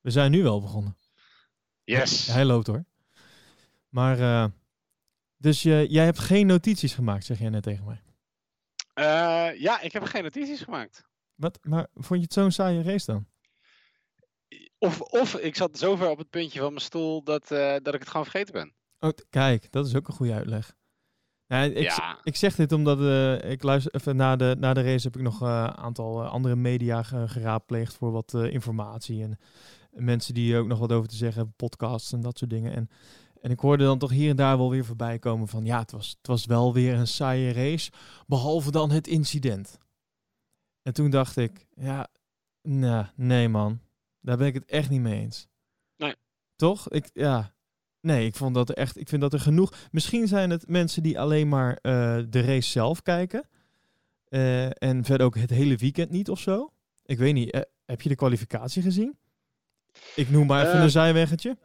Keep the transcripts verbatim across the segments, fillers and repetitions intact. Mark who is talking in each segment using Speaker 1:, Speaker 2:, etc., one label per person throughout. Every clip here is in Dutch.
Speaker 1: We zijn nu wel begonnen.
Speaker 2: Yes.
Speaker 1: Hij loopt hoor. Maar, uh, dus je, jij hebt geen notities gemaakt, zeg jij net tegen mij.
Speaker 2: Uh, ja, ik heb geen notities gemaakt.
Speaker 1: Wat? Maar vond je het zo'n saaie race dan?
Speaker 2: Of, of ik zat zo ver op het puntje van mijn stoel dat, uh, dat ik het gewoon vergeten ben.
Speaker 1: Oh, t- kijk, dat is ook een goede uitleg. Nou, ik,
Speaker 2: Ja.
Speaker 1: ik zeg dit omdat uh, ik luister even na de, na de race heb ik nog een uh, aantal uh, andere media ge, geraadpleegd voor wat uh, informatie. En mensen die ook nog wat over te zeggen hebben, podcasts en dat soort dingen. En, en ik hoorde dan toch hier en daar wel weer voorbij komen van ja, het was, het was wel weer een saaie race, behalve dan het incident. En toen dacht ik, ja, nah, nee man, daar ben ik het echt niet mee eens.
Speaker 2: Nee.
Speaker 1: Toch? Ik, ja... Nee, ik vond dat er echt. Ik vind dat er genoeg. Misschien zijn het mensen die alleen maar uh, de race zelf kijken. Uh, en verder ook het hele weekend niet of zo. Ik weet niet. Uh, heb je de kwalificatie gezien? Ik noem maar even uh, een zijweggetje.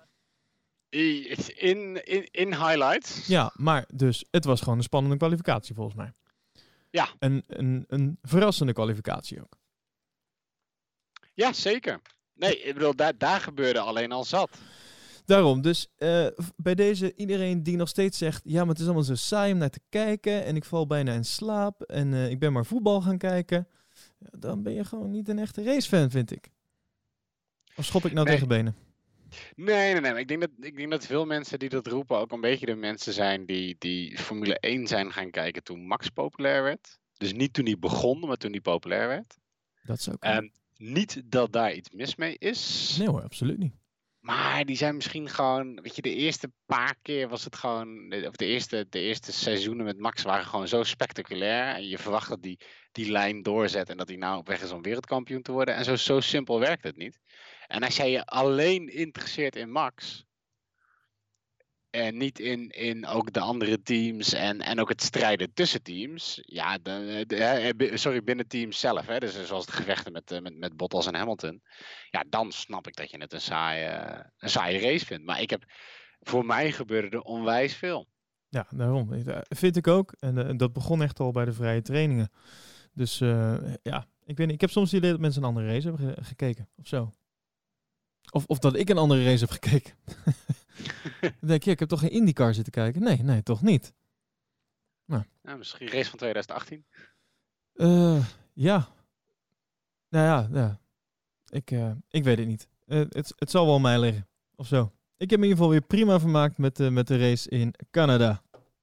Speaker 2: In, in, in highlights.
Speaker 1: Ja, maar dus het was gewoon een spannende kwalificatie volgens mij.
Speaker 2: Ja.
Speaker 1: Een, een, een verrassende kwalificatie ook.
Speaker 2: Ja, zeker. Nee, ik bedoel, daar, daar gebeurde alleen al zat.
Speaker 1: Daarom, dus uh, bij deze iedereen die nog steeds zegt... ja, maar het is allemaal zo saai om naar te kijken... en ik val bijna in slaap... en uh, ik ben maar voetbal gaan kijken... Ja, dan ben je gewoon niet een echte racefan, vind ik. Of schop ik nou
Speaker 2: nee.
Speaker 1: tegen benen?
Speaker 2: Nee, nee, nee. Ik denk, dat, ik denk dat veel mensen die dat roepen... ook een beetje de mensen zijn die, die Formule één zijn gaan kijken... toen Max populair werd. Dus niet toen hij begon, maar toen hij populair werd.
Speaker 1: Dat zou
Speaker 2: kunnen. Um, niet dat daar iets mis mee is.
Speaker 1: Nee hoor, absoluut niet.
Speaker 2: Maar die zijn misschien gewoon, weet je, de eerste paar keer was het gewoon, of de eerste, de eerste seizoenen met Max waren gewoon zo spectaculair. En je verwacht dat die, die lijn doorzet en dat hij nou op weg is om wereldkampioen te worden. En zo, zo simpel werkt het niet. En als jij je alleen interesseert in Max, en niet in, in ook de andere teams en, en ook het strijden tussen teams. Ja, de, de, sorry, binnen teams zelf. Hè, dus zoals de gevechten met, met, met Bottas en Hamilton. Ja, dan snap ik dat je het een saaie, een saaie race vindt. Maar ik heb, voor mij gebeurde er onwijs veel.
Speaker 1: Ja, daarom. Dat vind ik ook. En uh, dat begon echt al bij de vrije trainingen. Dus uh, ja, ik weet niet. Ik heb soms het idee dat mensen een andere race hebben ge- gekeken. Of zo. Of, of dat ik een andere race heb gekeken. Dan denk je, ik heb toch geen IndyCar zitten kijken? Nee, nee, toch niet.
Speaker 2: Nou. Ja, misschien race van twintig achttien?
Speaker 1: Uh, ja. Nou ja, ja. Ik, uh, ik weet het niet. Uh, het, het zal wel mij liggen. Of zo. Ik heb me in ieder geval weer prima vermaakt met, uh, met de race in Canada.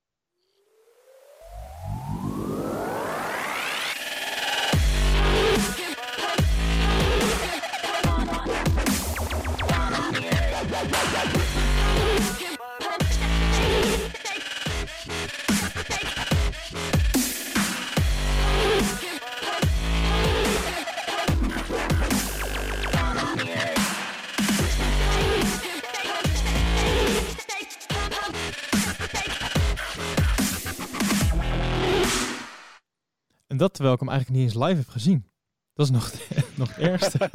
Speaker 1: En dat terwijl ik hem eigenlijk niet eens live heb gezien. Dat is nog, nog het ergste.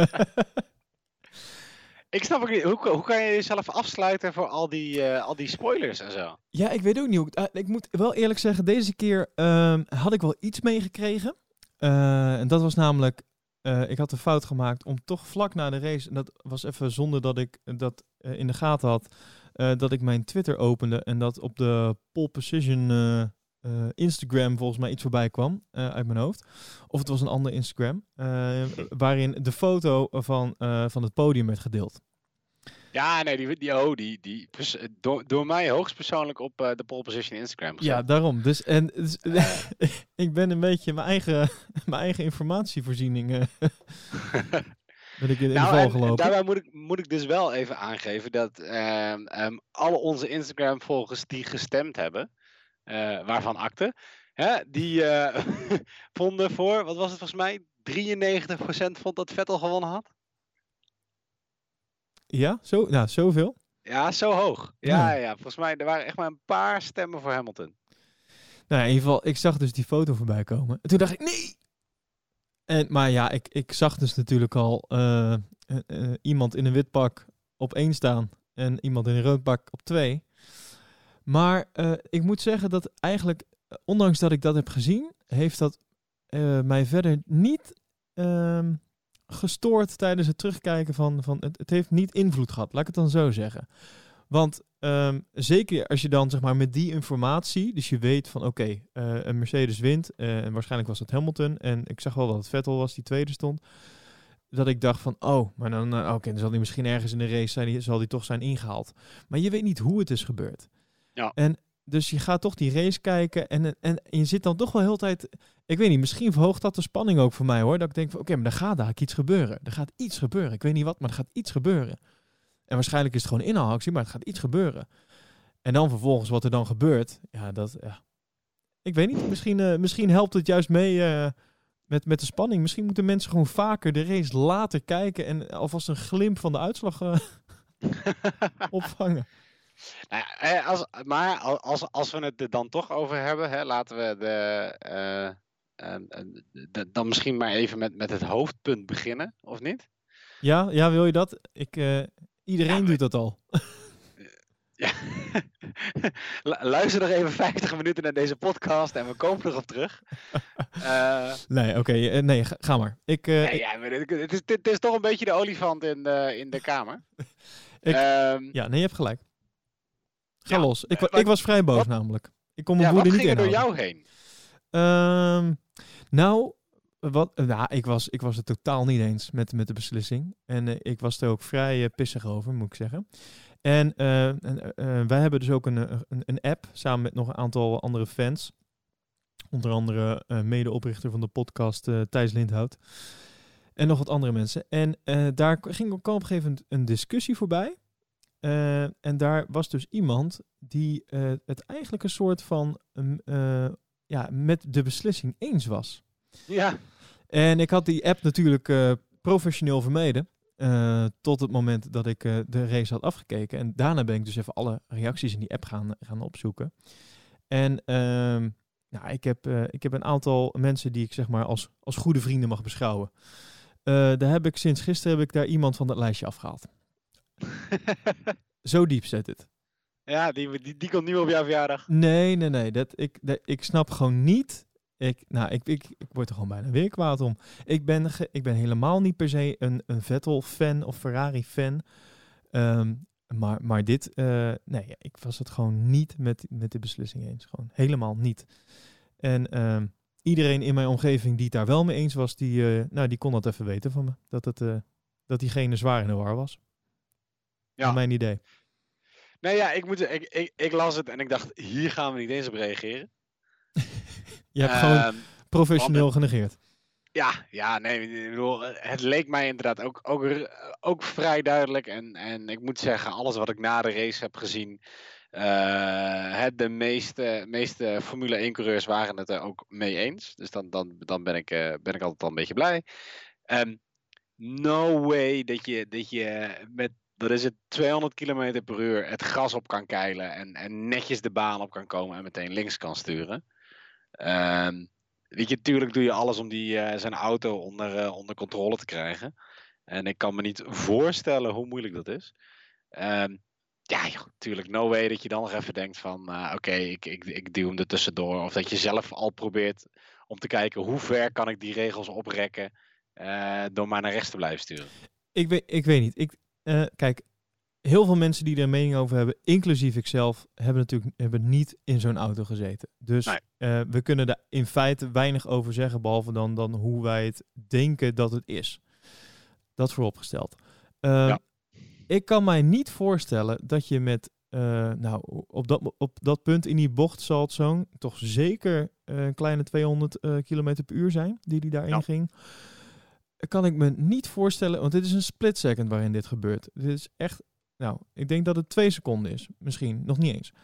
Speaker 2: Ik snap ook niet. Hoe, hoe kan je jezelf afsluiten voor al die, uh, al die spoilers en zo?
Speaker 1: Ja, ik weet ook niet hoe ik... Uh, ik moet wel eerlijk zeggen, deze keer uh, had ik wel iets meegekregen. Uh, en dat was namelijk... Uh, ik had de fout gemaakt om toch vlak na de race... En dat was even zonder dat ik dat uh, in de gaten had... Uh, dat ik mijn Twitter opende en dat op de Pole Position... Uh, Uh, Instagram volgens mij iets voorbij kwam uh, uit mijn hoofd. Of het was een ander Instagram. Uh, waarin de foto van, uh, van het podium werd gedeeld.
Speaker 2: Ja, nee, die, die, oh, die, die pers- door, door mij hoogstpersoonlijk op uh, de Pole Position Instagram gezet.
Speaker 1: Ja, daarom. Dus, en, dus, ik ben een beetje mijn eigen, mijn eigen informatievoorziening... Uh, ben ik in, in
Speaker 2: nou,
Speaker 1: de val
Speaker 2: en,
Speaker 1: gelopen.
Speaker 2: En daarbij moet ik, moet ik dus wel even aangeven dat uh, um, alle onze Instagram-volgers die gestemd hebben... Uh, waarvan akte, hè, die uh, vonden voor, wat was het volgens mij, drieënnegentig procent vond dat Vettel gewonnen had.
Speaker 1: Ja, zo, nou, zoveel?
Speaker 2: Ja, zo hoog. Ja, ja, ja, volgens mij, er waren echt maar een paar stemmen voor Hamilton.
Speaker 1: Nou, in ieder geval, ik zag dus die foto voorbij komen. En toen dacht ik, nee! En, maar ja, ik, ik zag dus natuurlijk al uh, uh, uh, iemand in een wit pak op één staan en iemand in een rood pak op twee. Maar uh, ik moet zeggen dat eigenlijk, ondanks dat ik dat heb gezien, heeft dat uh, mij verder niet uh, gestoord tijdens het terugkijken van, van het, het heeft niet invloed gehad, laat ik het dan zo zeggen. Want um, zeker als je dan zeg maar met die informatie, dus je weet van oké, okay, uh, een Mercedes wint uh, en waarschijnlijk was het Hamilton en ik zag wel dat het Vettel was die tweede stond, dat ik dacht van oh, maar dan uh, oké, okay, dan zal hij misschien ergens in de race zijn, zal hij toch zijn ingehaald. Maar je weet niet hoe het is gebeurd.
Speaker 2: Ja.
Speaker 1: En dus je gaat toch die race kijken en, en, en je zit dan toch wel heel de tijd, ik weet niet, misschien verhoogt dat de spanning ook voor mij hoor, dat ik denk van oké, okay, maar er gaat daar iets gebeuren. Er gaat iets gebeuren. Ik weet niet wat, maar er gaat iets gebeuren. En waarschijnlijk is het gewoon inhaalactie, maar het gaat iets gebeuren. En dan vervolgens wat er dan gebeurt, ja, dat, ja. Ik weet niet, misschien, uh, misschien helpt het juist mee uh, met, met de spanning. Misschien moeten mensen gewoon vaker de race later kijken en alvast een glimp van de uitslag uh, opvangen.
Speaker 2: Nou ja, als, maar als, als we het er dan toch over hebben, hè, laten we de, uh, uh, de, dan misschien maar even met, met het hoofdpunt beginnen, of niet?
Speaker 1: Ja, ja, wil je dat? Ik, uh, iedereen ja, maar... doet dat al.
Speaker 2: Ja. Luister nog even vijftig minuten naar deze podcast en we komen erop terug. Uh,
Speaker 1: nee, oké. Okay, uh, nee, ga, ga maar. Ik, uh,
Speaker 2: ja,
Speaker 1: ik...
Speaker 2: ja, maar het, is, het is toch een beetje de olifant in de, in de kamer.
Speaker 1: ik, um, ja, nee, je hebt gelijk. Ga ja, los. Ik, wa- ik was vrij boos wat, namelijk. Ik kon mijn
Speaker 2: ja,
Speaker 1: woede niet
Speaker 2: inhouden. Wat ging er door jou
Speaker 1: heen? Um, nou, wat, nou ik, was, ik was het totaal niet eens met, met de beslissing. En uh, ik was er ook vrij uh, pissig over, moet ik zeggen. En uh, uh, uh, wij hebben dus ook een, een, een app, samen met nog een aantal andere fans. Onder andere uh, medeoprichter van de podcast uh, Thijs Lindhout. En nog wat andere mensen. En uh, daar ging ook op een gegeven moment een discussie voorbij. Uh, en daar was dus iemand die uh, het eigenlijk een soort van um, uh, ja, met de beslissing eens was.
Speaker 2: Ja.
Speaker 1: En ik had die app natuurlijk uh, professioneel vermeden. Uh, tot het moment dat ik uh, de race had afgekeken. En daarna ben ik dus even alle reacties in die app gaan, gaan opzoeken. En uh, nou, ik, heb, uh, ik heb een aantal mensen die ik zeg maar als, als goede vrienden mag beschouwen. Uh, daar heb ik sinds gisteren heb ik daar iemand van dat lijstje afgehaald. Zo diep zit het.
Speaker 2: Ja, die, die, die komt niet op jouw verjaardag.
Speaker 1: Nee, nee, nee. Dat, ik, dat, ik snap gewoon niet. Ik, nou, ik, ik, ik word er gewoon bijna weer kwaad om. Ik ben, ge, ik ben helemaal niet per se een, een Vettel-fan of Ferrari-fan. Um, maar, maar dit, uh, nee, ik was het gewoon niet met, met de beslissing eens. Gewoon helemaal niet. En um, iedereen in mijn omgeving die het daar wel mee eens was, die, uh, nou, die kon dat even weten van me. Dat, het, uh, dat diegene zwaar in de war was. Ja. Naar mijn idee.
Speaker 2: Nee, ja, ik, moet, ik, ik, ik las het en ik dacht, hier gaan we niet eens op reageren.
Speaker 1: Je hebt uh, gewoon professioneel het, genegeerd.
Speaker 2: Ja, ja, nee, ik bedoel, het leek mij inderdaad ook, ook, ook vrij duidelijk. En, en ik moet zeggen, alles wat ik na de race heb gezien, uh, het, de meeste, meeste Formule één coureurs waren het er ook mee eens. Dus dan, dan, dan ben, ik, uh, ben ik altijd al een beetje blij. Um, no way dat je, dat je met dat is het tweehonderd kilometer per uur het gras op kan keilen en, en netjes de baan op kan komen en meteen links kan sturen. Um, weet je, tuurlijk doe je alles om die, uh, zijn auto onder, uh, onder controle te krijgen. En ik kan me niet voorstellen hoe moeilijk dat is. Um, ja, joh, tuurlijk, no way dat je dan nog even denkt van, uh, oké, okay, ik, ik, ik duw hem er tussendoor. Of dat je zelf al probeert om te kijken hoe ver kan ik die regels oprekken uh, door maar naar rechts te blijven sturen.
Speaker 1: Ik weet, ik weet niet. Ik... Uh, kijk, heel veel mensen die er een mening over hebben, inclusief ikzelf, hebben natuurlijk hebben niet in zo'n auto gezeten. Dus nee. uh, we kunnen daar in feite weinig over zeggen, behalve dan, dan hoe wij het denken dat het is. Dat vooropgesteld. Uh, ja. Ik kan mij niet voorstellen dat je met, uh, nou, op dat, op dat punt in die bocht zal het zo'n toch zeker uh, een kleine tweehonderd uh, kilometer per uur zijn, die die daarin ja. ging. Kan ik me niet voorstellen, want dit is een split second waarin dit gebeurt. Dit is echt, nou, ik denk dat het twee seconden is. Misschien, nog niet eens.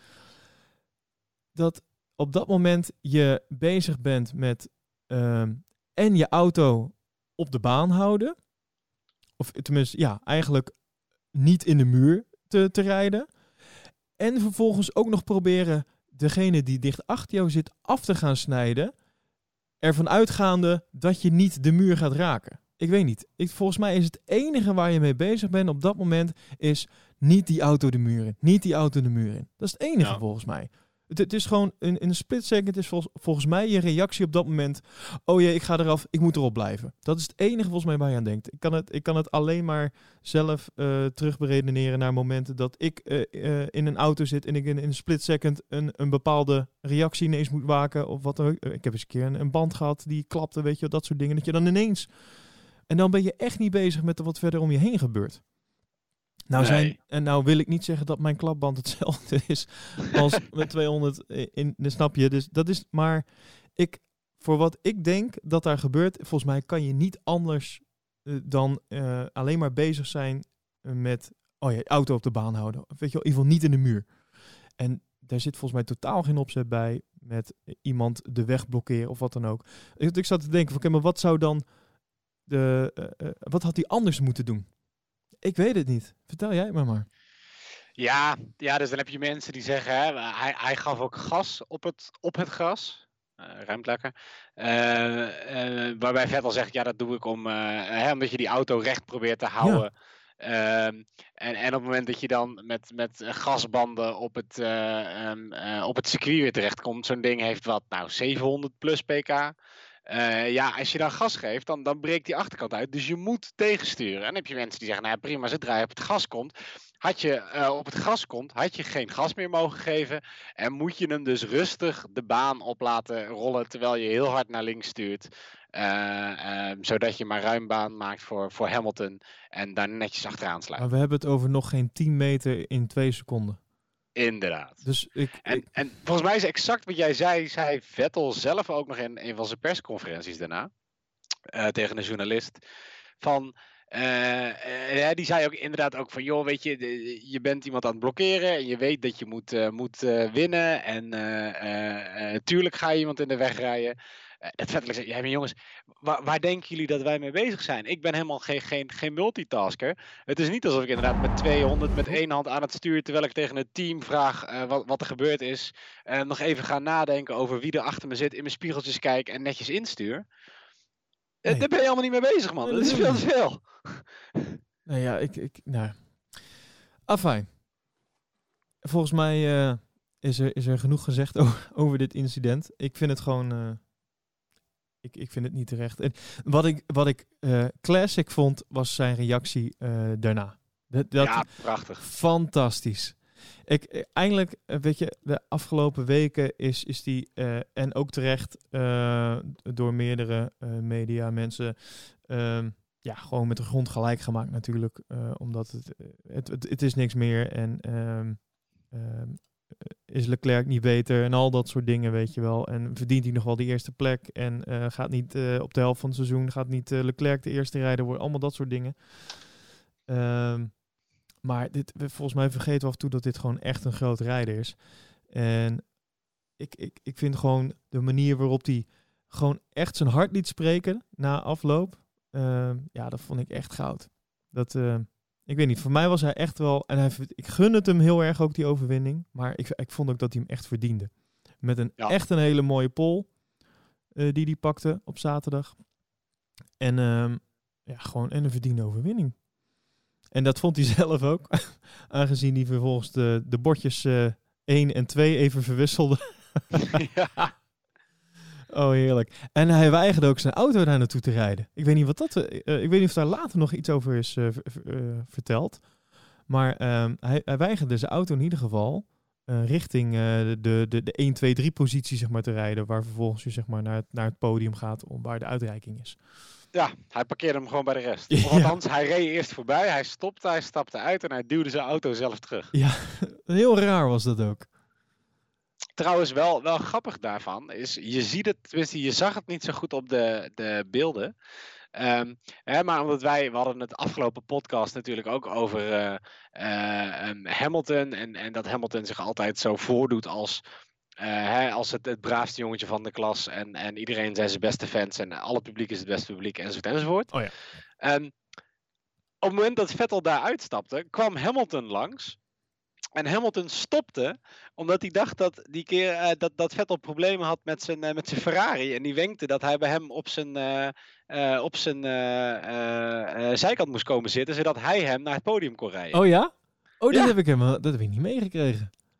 Speaker 1: Dat op dat moment je bezig bent met uh, en je auto op de baan houden. Of tenminste, ja, eigenlijk niet in de muur te, te rijden. En vervolgens ook nog proberen degene die dicht achter jou zit af te gaan snijden. Ervan uitgaande dat je niet de muur gaat raken. Ik weet niet. Ik, volgens mij is het enige waar je mee bezig bent op dat moment is niet die auto de muur in. Niet die auto de muur in. Dat is het enige ja. volgens mij. Het, het is gewoon in, in een split second is vol, volgens mij je reactie op dat moment. Oh jee, ik ga eraf, ik moet erop blijven. Dat is het enige volgens mij waar je aan denkt. Ik kan het, ik kan het alleen maar zelf uh, terugberedeneren naar momenten dat ik uh, uh, in een auto zit en ik in, in een split second een, een bepaalde reactie ineens moet waken. Of wat dan ook. Ik heb eens een keer een, een band gehad die klapte, weet je, dat soort dingen. Dat je dan ineens... En dan ben je echt niet bezig met wat verder om je heen gebeurt. Nou,
Speaker 2: Nee.
Speaker 1: zijn, en nou wil ik niet zeggen dat mijn klapband hetzelfde is als met tweehonderd in, in snap je. Dus dat is maar ik voor wat ik denk dat daar gebeurt. Volgens mij kan je niet anders uh, dan uh, alleen maar bezig zijn met oh ja, auto op de baan houden. Weet je wel, in ieder geval niet in de muur. En daar zit volgens mij totaal geen opzet bij met iemand de weg blokkeren of wat dan ook. Ik, ik zat te denken van, oké, maar wat zou dan de uh, uh, wat had hij anders moeten doen? Ik weet het niet. Vertel jij het maar maar.
Speaker 2: Ja, ja, dus dan heb je mensen die zeggen, hè, hij, hij gaf ook gas op het, op het gras. Uh, ruimt lekker. Uh, uh, waarbij Vettel zegt, ja, dat doe ik om, uh, hè, omdat je die auto recht probeert te houden. Ja. Um, en, en op het moment dat je dan met, met gasbanden op het, uh, um, uh, op het circuit weer terechtkomt, zo'n ding heeft wat, nou, zevenhonderd plus pk. Uh, ja, als je dan gas geeft, dan, dan breekt die achterkant uit. Dus je moet tegensturen. En dan heb je mensen die zeggen, nou ja, prima, zodra je op het gas komt. Had je uh, op het gas komt, had je geen gas meer mogen geven. En moet je hem dus rustig de baan op laten rollen, terwijl je heel hard naar links stuurt. Uh, uh, zodat je maar ruim baan maakt voor, voor Hamilton. En daar netjes achteraan sluit.
Speaker 1: Maar we hebben het over nog geen tien meter in twee seconden.
Speaker 2: Inderdaad.
Speaker 1: Dus ik,
Speaker 2: en,
Speaker 1: ik...
Speaker 2: en volgens mij is exact wat jij zei, zei Vettel zelf ook nog in een van zijn persconferenties daarna. Uh, tegen een journalist. Van, uh, uh, die zei ook inderdaad ook van, joh, weet je, de, je bent iemand aan het blokkeren. En je weet dat je moet, uh, moet uh, winnen. En uh, uh, uh, tuurlijk ga je iemand in de weg rijden. Uh, het Vettel zegt, ja, maar jongens, waar, waar denken jullie dat wij mee bezig zijn? Ik ben helemaal geen, geen, geen multitasker. Het is niet alsof ik inderdaad met tweehonderd met één hand aan het sturen, terwijl ik tegen het team vraag uh, wat, wat er gebeurd is. Uh, nog even ga nadenken over wie er achter me zit, in mijn spiegeltjes kijk en netjes instuur. Nee. Daar ben je allemaal niet mee bezig, man. Dat is veel te veel.
Speaker 1: Nou ja, ik... ik nou. Afijn. Volgens mij uh, is, er, is er genoeg gezegd over, over dit incident. Ik vind het gewoon... Uh, ik, ik vind het niet terecht. En wat ik, wat ik uh, classic vond, was zijn reactie uh, daarna. Dat, dat,
Speaker 2: ja, prachtig.
Speaker 1: Fantastisch. Ik, eindelijk, weet je, de afgelopen weken is, is die, uh, en ook terecht uh, door meerdere uh, media mensen, uh, ja, gewoon met de grond gelijk gemaakt natuurlijk. Uh, omdat het, het, het, het is niks meer en um, um, is Leclerc niet beter en al dat soort dingen, weet je wel. En verdient hij nog wel die eerste plek en uh, gaat niet uh, op de helft van het seizoen, gaat niet uh, Leclerc de eerste rijder worden, allemaal dat soort dingen. Um, Maar dit, volgens mij vergeten we af en toe dat dit gewoon echt een groot rijder is. En ik, ik, ik vind gewoon de manier waarop hij gewoon echt zijn hart liet spreken na afloop. Uh, ja, dat vond ik echt goud. Dat, uh, ik weet niet, voor mij was hij echt wel... En hij, ik gun het hem heel erg ook, die overwinning. Maar ik, ik vond ook dat hij hem echt verdiende. Met een ja. echt een hele mooie pole uh, die hij pakte op zaterdag. En, uh, ja, gewoon, en een verdiende overwinning. En dat vond hij zelf ook. Aangezien hij vervolgens de, de bordjes uh, één en twee even verwisselde. Ja. Oh, heerlijk. En hij weigerde ook zijn auto daar naartoe te rijden. Ik weet niet wat dat... Uh, ik weet niet of daar later nog iets over is uh, v- uh, verteld. Maar uh, hij, hij weigerde zijn auto in ieder geval uh, richting uh, de, de, de één, twee, drie positie zeg maar, te rijden. Waar vervolgens je zeg maar, naar, het, naar het podium gaat om waar de uitreiking is.
Speaker 2: Ja, hij parkeerde hem gewoon bij de rest. Of althans, ja. Hij reed eerst voorbij, hij stopte, hij stapte uit en hij duwde zijn auto zelf terug.
Speaker 1: Ja, heel raar was dat ook.
Speaker 2: Trouwens, wel, wel grappig daarvan is, je ziet het, tenminste, je zag het niet zo goed op de, de beelden. Um, hè, maar omdat wij, we hadden het afgelopen podcast natuurlijk ook over uh, uh, um, Hamilton. En, en dat Hamilton zich altijd zo voordoet als... Uh, hè, als het, het braafste jongetje van de klas en, en iedereen zijn zijn beste fans en alle publiek is het beste publiek enzovoort enzovoort.
Speaker 1: Oh ja.
Speaker 2: Um, op het moment dat Vettel daar uitstapte, kwam Hamilton langs en Hamilton stopte omdat hij dacht dat die keer uh, dat, dat Vettel problemen had met zijn, uh, met zijn Ferrari en die wenkte dat hij bij hem op zijn, uh, uh, op zijn uh, uh, uh, zijkant moest komen zitten zodat hij hem naar het podium kon rijden.
Speaker 1: Oh ja? Oh, dat,
Speaker 2: ja.
Speaker 1: heb ik helemaal, dat heb ik niet meegekregen.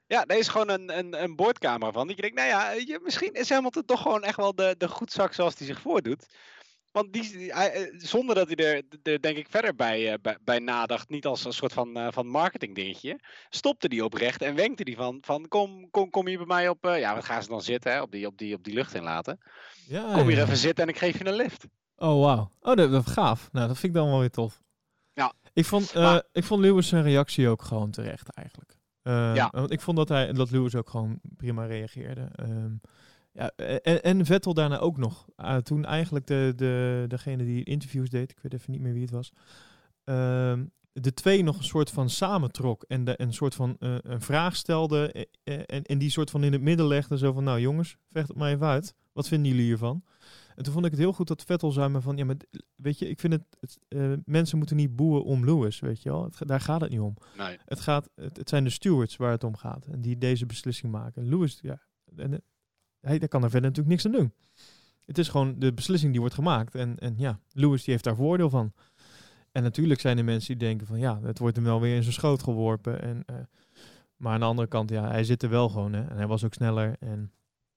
Speaker 2: Ja, daar is gewoon een, een, een boordcamera van. Dat je denkt, nou ja, je, misschien is Hamilton toch gewoon echt wel de, de goedzak zoals hij zich voordoet. Want die, hij, zonder dat hij er, er denk ik verder bij, uh, bij, bij nadacht, niet als een soort van, uh, van marketing dingetje, stopte die oprecht en wenkte die van, van kom, kom, kom hier bij mij op, uh, ja, wat gaan ze dan zitten, hè, op, die, op, die, op die lucht inlaten.
Speaker 1: Ja,
Speaker 2: Kom hier
Speaker 1: ja.
Speaker 2: even zitten en ik geef je een lift.
Speaker 1: Oh, wauw. Oh, dat, dat gaaf. Nou, dat vind ik dan wel weer tof.
Speaker 2: Ja.
Speaker 1: Ik vond, uh,
Speaker 2: maar,
Speaker 1: ik vond Lewis zijn reactie ook gewoon terecht eigenlijk. Uh,
Speaker 2: ja.
Speaker 1: Want ik vond dat, hij, dat Lewis ook gewoon prima reageerde. Um, ja, en, en Vettel daarna ook nog. Uh, toen eigenlijk de, de, degene die interviews deed, ik weet even niet meer wie het was, uh, de twee nog een soort van samentrok en de, een soort van uh, een vraag stelde uh, en, en die soort van in het midden legde. Zo van, nou jongens, vecht het maar even uit. Wat vinden jullie hiervan? En toen vond ik het heel goed dat Vettel zei me van, ja, maar weet je, ik vind het, het uh, mensen moeten niet boeien om Lewis, weet je wel. Het, daar gaat het niet om.
Speaker 2: Nee.
Speaker 1: Het, gaat, het, het zijn de stewards waar het om gaat en die deze beslissing maken. Lewis, ja, en, hij daar kan er verder natuurlijk niks aan doen. Het is gewoon de beslissing die wordt gemaakt. En, en ja, Lewis die heeft daar voordeel van. En natuurlijk zijn er mensen die denken van, ja, het wordt hem wel weer in zijn schoot geworpen. En, uh, maar aan de andere kant, ja, hij zit er wel gewoon, hè. En hij was ook sneller en...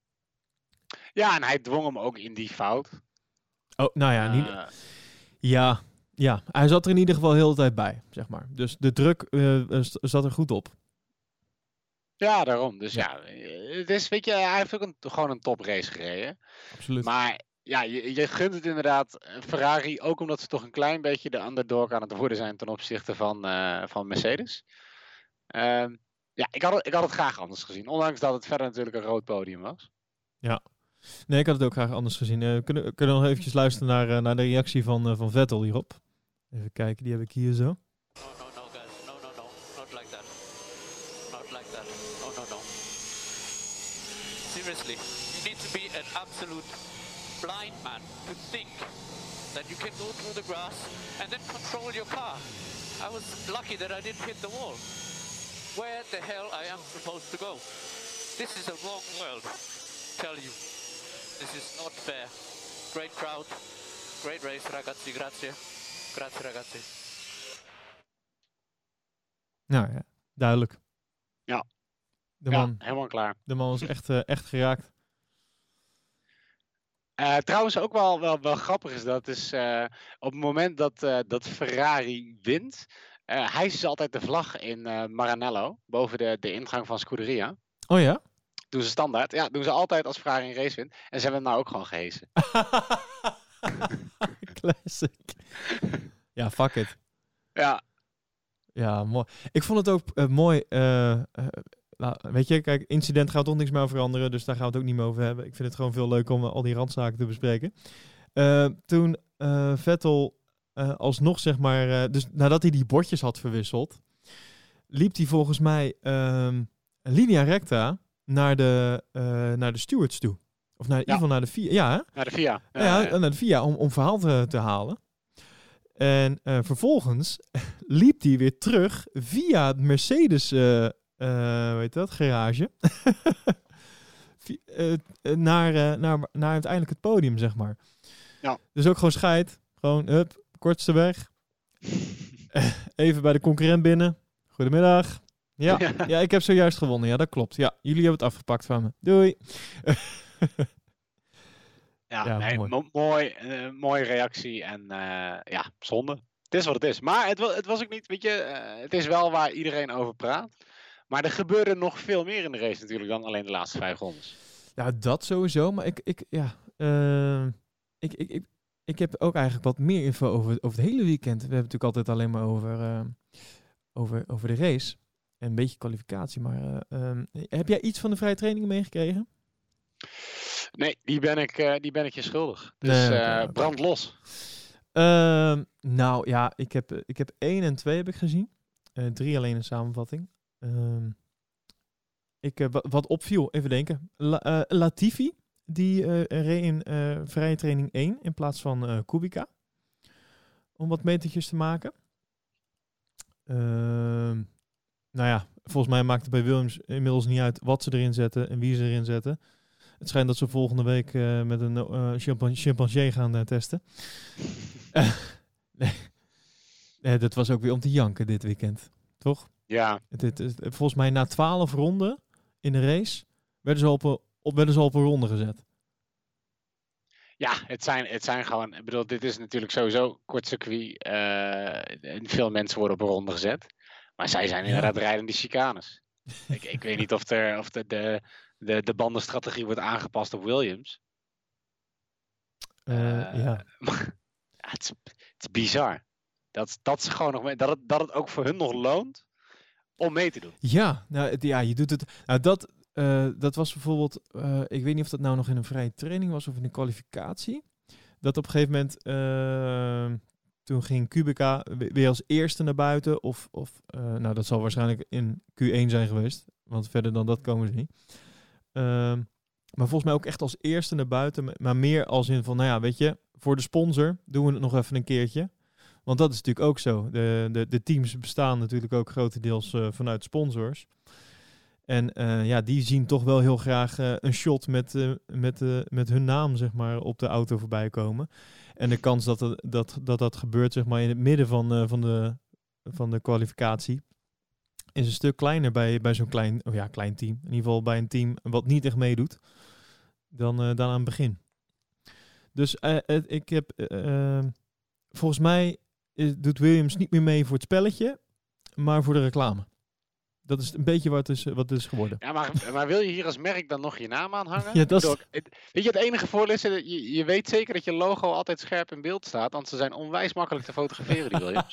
Speaker 2: Ja, en hij dwong hem ook in die fout.
Speaker 1: Oh, nou ja, niet,
Speaker 2: uh,
Speaker 1: ja, ja, hij zat er in ieder geval heel de tijd bij, zeg maar. Dus de druk uh, zat er goed op.
Speaker 2: Ja, daarom. Dus ja, ja het is, weet je, hij heeft ook een, gewoon een toprace gereden.
Speaker 1: Absoluut.
Speaker 2: Maar ja, je, je gunt het inderdaad Ferrari, ook omdat ze toch een klein beetje de underdog aan het worden zijn ten opzichte van, uh, van Mercedes. Uh, ja, ik had, het, ik had het graag anders gezien, ondanks dat het verder natuurlijk een rood podium was.
Speaker 1: Ja. Nee, ik had het ook graag anders gezien. Uh, kunnen, kunnen we nog eventjes luisteren naar, uh, naar de reactie van, uh, van Vettel hierop? Even kijken, die heb ik hier zo.
Speaker 3: No, no, no, guys. No, no, no. Not like that. Not like that. No, no, no. Seriously, you need to be an absolute blind man to think that you can go through the grass and then control your car. I was lucky that I didn't hit the wall. Where the hell I am supposed to go? This is a wrong world. Tell you. This is not fair. Great crowd. Great race, ragazzi. Grazie. Grazie, ragazzi.
Speaker 1: Nou ja, duidelijk.
Speaker 2: Ja.
Speaker 1: De
Speaker 2: ja,
Speaker 1: man,
Speaker 2: helemaal klaar.
Speaker 1: De man was echt, uh, echt geraakt.
Speaker 2: Uh, trouwens, ook wel, wel, wel grappig is dat is uh, op het moment dat, uh, dat Ferrari wint, uh, hijsen ze altijd de vlag in uh, Maranello, boven de, de ingang van Scuderia.
Speaker 1: Oh ja?
Speaker 2: Doen ze standaard. Ja, doen ze altijd als Ferrari een race wint. En ze hebben hem nou ook gewoon gehesen.
Speaker 1: Classic. Ja, fuck it.
Speaker 2: Ja.
Speaker 1: Ja, mooi. Ik vond het ook uh, mooi. Uh, uh, nou, weet je, kijk, incident gaat toch niks meer veranderen. Dus daar gaan we het ook niet meer over hebben. Ik vind het gewoon veel leuker om uh, al die randzaken te bespreken. Uh, toen uh, Vettel uh, alsnog, zeg maar... Uh, dus nadat hij die bordjes had verwisseld, liep hij volgens mij uh, linea recta naar de, uh, naar de stewards toe. Of naar, in ieder geval naar de V I A. Ja, hè?
Speaker 2: Naar de V I A.
Speaker 1: Ja, ja, ja, naar de V I A om, om verhaal te, te halen. En uh, vervolgens liep hij weer terug via het Mercedes uh, uh, weet dat, garage uh, naar, uh, naar, naar uiteindelijk het podium, zeg maar.
Speaker 2: Ja.
Speaker 1: Dus ook gewoon scheid. Gewoon, hup, kortste weg. Even bij de concurrent binnen. Goedemiddag. Ja, ja. ja, ik heb zojuist gewonnen. Ja, dat klopt. Ja, jullie hebben het afgepakt van me. Doei.
Speaker 2: Ja, ja, nee, mooi. Mo- mooi, uh, mooie reactie en uh, ja, zonde. Het is wat het is. Maar het, het was ook niet, weet je, uh, het is wel waar iedereen over praat. Maar er gebeurde nog veel meer in de race natuurlijk dan alleen de laatste vijf rondes.
Speaker 1: Ja, dat sowieso. Maar ik, ik, ja, uh, ik, ik, ik, ik heb ook eigenlijk wat meer info over, over het hele weekend. We hebben het natuurlijk altijd alleen maar over, uh, over, over de race. En een beetje kwalificatie. Maar uh, um, heb jij iets van de vrije trainingen meegekregen?
Speaker 2: Nee, die ben ik, uh, die ben ik je schuldig. Dus nee, okay, uh, okay. brand los.
Speaker 1: Uh, nou ja, ik heb, ik heb één en twee heb ik gezien. Uh, drie alleen een samenvatting. Uh, ik, uh, wat, wat opviel, even denken. La, uh, Latifi, die uh, reed in uh, vrije training één in plaats van uh, Kubica. Om wat metertjes te maken. Uh, nou ja, volgens mij maakt het bij Williams inmiddels niet uit wat ze erin zetten en wie ze erin zetten. Het schijnt dat ze volgende week uh, met een uh, chimpan- chimpansee gaan uh, testen. uh, nee. nee, dat was ook weer om te janken dit weekend. Toch?
Speaker 2: Ja,
Speaker 1: Het, het, het- volgens mij na twaalf ronden in de race werden ze al op, een- op, werden ze al op een ronde gezet.
Speaker 2: ja het, zijn, het zijn gewoon... Ik bedoel, dit is natuurlijk sowieso kort circuit. eh, en veel mensen worden op een ronde gezet. Maar zij zijn
Speaker 1: Ja.
Speaker 2: inderdaad rijdende chicanes. ik, ik weet niet of, er, of de, de, de, de bandenstrategie wordt aangepast op Williams.
Speaker 1: Eh,
Speaker 2: Eh,
Speaker 1: ja.
Speaker 2: Ja, het, is, het is bizar. Dat, dat, ze gewoon nog mee, dat, het, dat het ook voor hun nog loont om mee te doen.
Speaker 1: Ja, nou, het- ja, je doet het. Nou, dat, eh, dat was bijvoorbeeld. eh, ik weet niet of dat nou nog in een vrije training was of in een kwalificatie. Dat op een gegeven moment. eh, toen ging Kubica we- weer als eerste naar buiten. Of, of eh, nou, dat zal waarschijnlijk in Q één zijn geweest. Want verder dan dat komen ze niet. Ehm, maar volgens mij ook echt als eerste naar buiten. m- Maar meer als in van, nou ja, weet je, voor de sponsor doen we het nog even een keertje. Want dat is natuurlijk ook zo. De, de, de teams bestaan natuurlijk ook grotendeels eh, vanuit sponsors. En eh, ja, die zien toch wel heel graag eh, een shot met, eh, met, eh, met hun naam, zeg maar, op de auto voorbij komen. En de kans dat er- dat, dat, dat gebeurt, zeg maar, in het midden van, eh, van, de, van de kwalificatie is een stuk kleiner bij, bij zo'n klein, oh ja, klein team. In ieder geval bij een team wat niet echt meedoet, dan, eh, dan aan het begin. Dus eh, het- ik heb, eh, eh, volgens mij is, doet Williams niet meer mee voor het spelletje, maar voor de reclame. Dat is een beetje wat het is, wat het is geworden.
Speaker 2: Ja, maar, maar wil je hier als merk dan nog je naam aan hangen?
Speaker 1: Ja, dat is-
Speaker 2: Ik bedoel, het- weet je, het enige voordeel is, dat je, je weet zeker dat je logo altijd scherp in beeld staat, want ze zijn onwijs makkelijk te fotograferen, die Williams.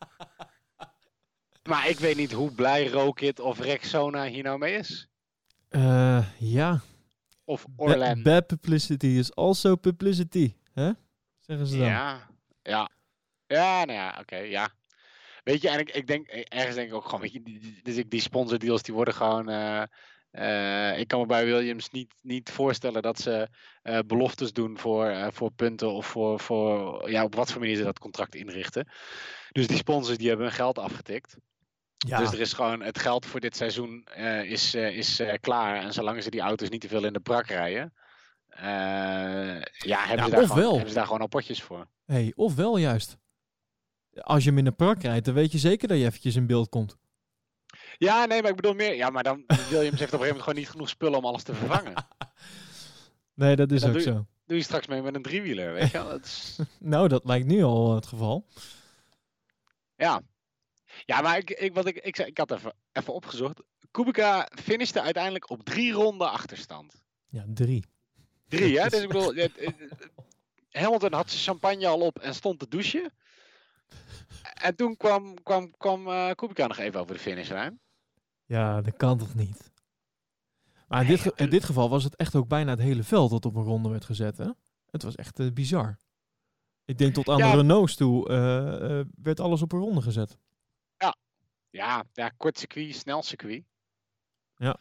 Speaker 2: Maar ik weet niet hoe blij Rokit of Rexona hier nou mee is.
Speaker 1: Eh, ja,
Speaker 2: Of
Speaker 1: Ba-
Speaker 2: Orlan.
Speaker 1: bad publicity is also publicity, hè? Zeggen ze dan.
Speaker 2: Ja, ja. Ja, nou ja, oké, ja. Weet je, en ik, ik denk, ergens denk ik ook gewoon, weet je, die, die, dus ik, die sponsordeals, die worden gewoon... eh, eh, ik kan me bij Williams niet, niet voorstellen dat ze eh, beloftes doen voor, eh, voor punten of voor, voor, ja, op wat voor manier ze dat contract inrichten. Dus die sponsors, die hebben hun geld afgetikt.
Speaker 1: Ja,
Speaker 2: Dus er is gewoon, het geld voor dit seizoen eh, is, eh, is eh, klaar. En zolang ze die auto's niet te veel in de brak rijden, eh, ja, hebben,
Speaker 1: Ja,
Speaker 2: ze daar
Speaker 1: of
Speaker 2: gewoon,
Speaker 1: wel.
Speaker 2: hebben ze daar gewoon al potjes voor.
Speaker 1: hey, of wel juist. Als je hem in de prak rijdt, dan weet je zeker dat je eventjes in beeld komt.
Speaker 2: Ja, nee, maar ik bedoel meer. Ja, maar dan Williams heeft op een gegeven moment gewoon niet genoeg spullen om alles te vervangen.
Speaker 1: Nee, dat is
Speaker 2: dat
Speaker 1: ook
Speaker 2: doe je-
Speaker 1: zo.
Speaker 2: Doe je straks mee met een driewieler, weet je wel? Dat is,
Speaker 1: Nou, dat lijkt nu al het geval.
Speaker 2: ja. Ja, maar ik, ik, wat ik, ik, zei, ik had even, even opgezocht. Kubica finishte uiteindelijk op drie ronden achterstand.
Speaker 1: Ja, drie.
Speaker 2: Drie, hè? Dus ik bedoel, het, het- het- Hamilton had zijn champagne al op en stond te douchen. En toen kwam, kwam, kwam eh, Kubica nog even over de finishlijn.
Speaker 1: Ja, dat kan toch niet? Maar in
Speaker 2: Nee,
Speaker 1: dit, ge- in dit geval was het echt ook bijna het hele veld dat op een ronde werd gezet, hè? Het was echt eh, bizar. Ik denk tot aan
Speaker 2: Ja.
Speaker 1: de Renaults toe eh, eh, werd alles op een ronde gezet.
Speaker 2: Ja, ja, kort circuit, snel circuit.
Speaker 1: Ja.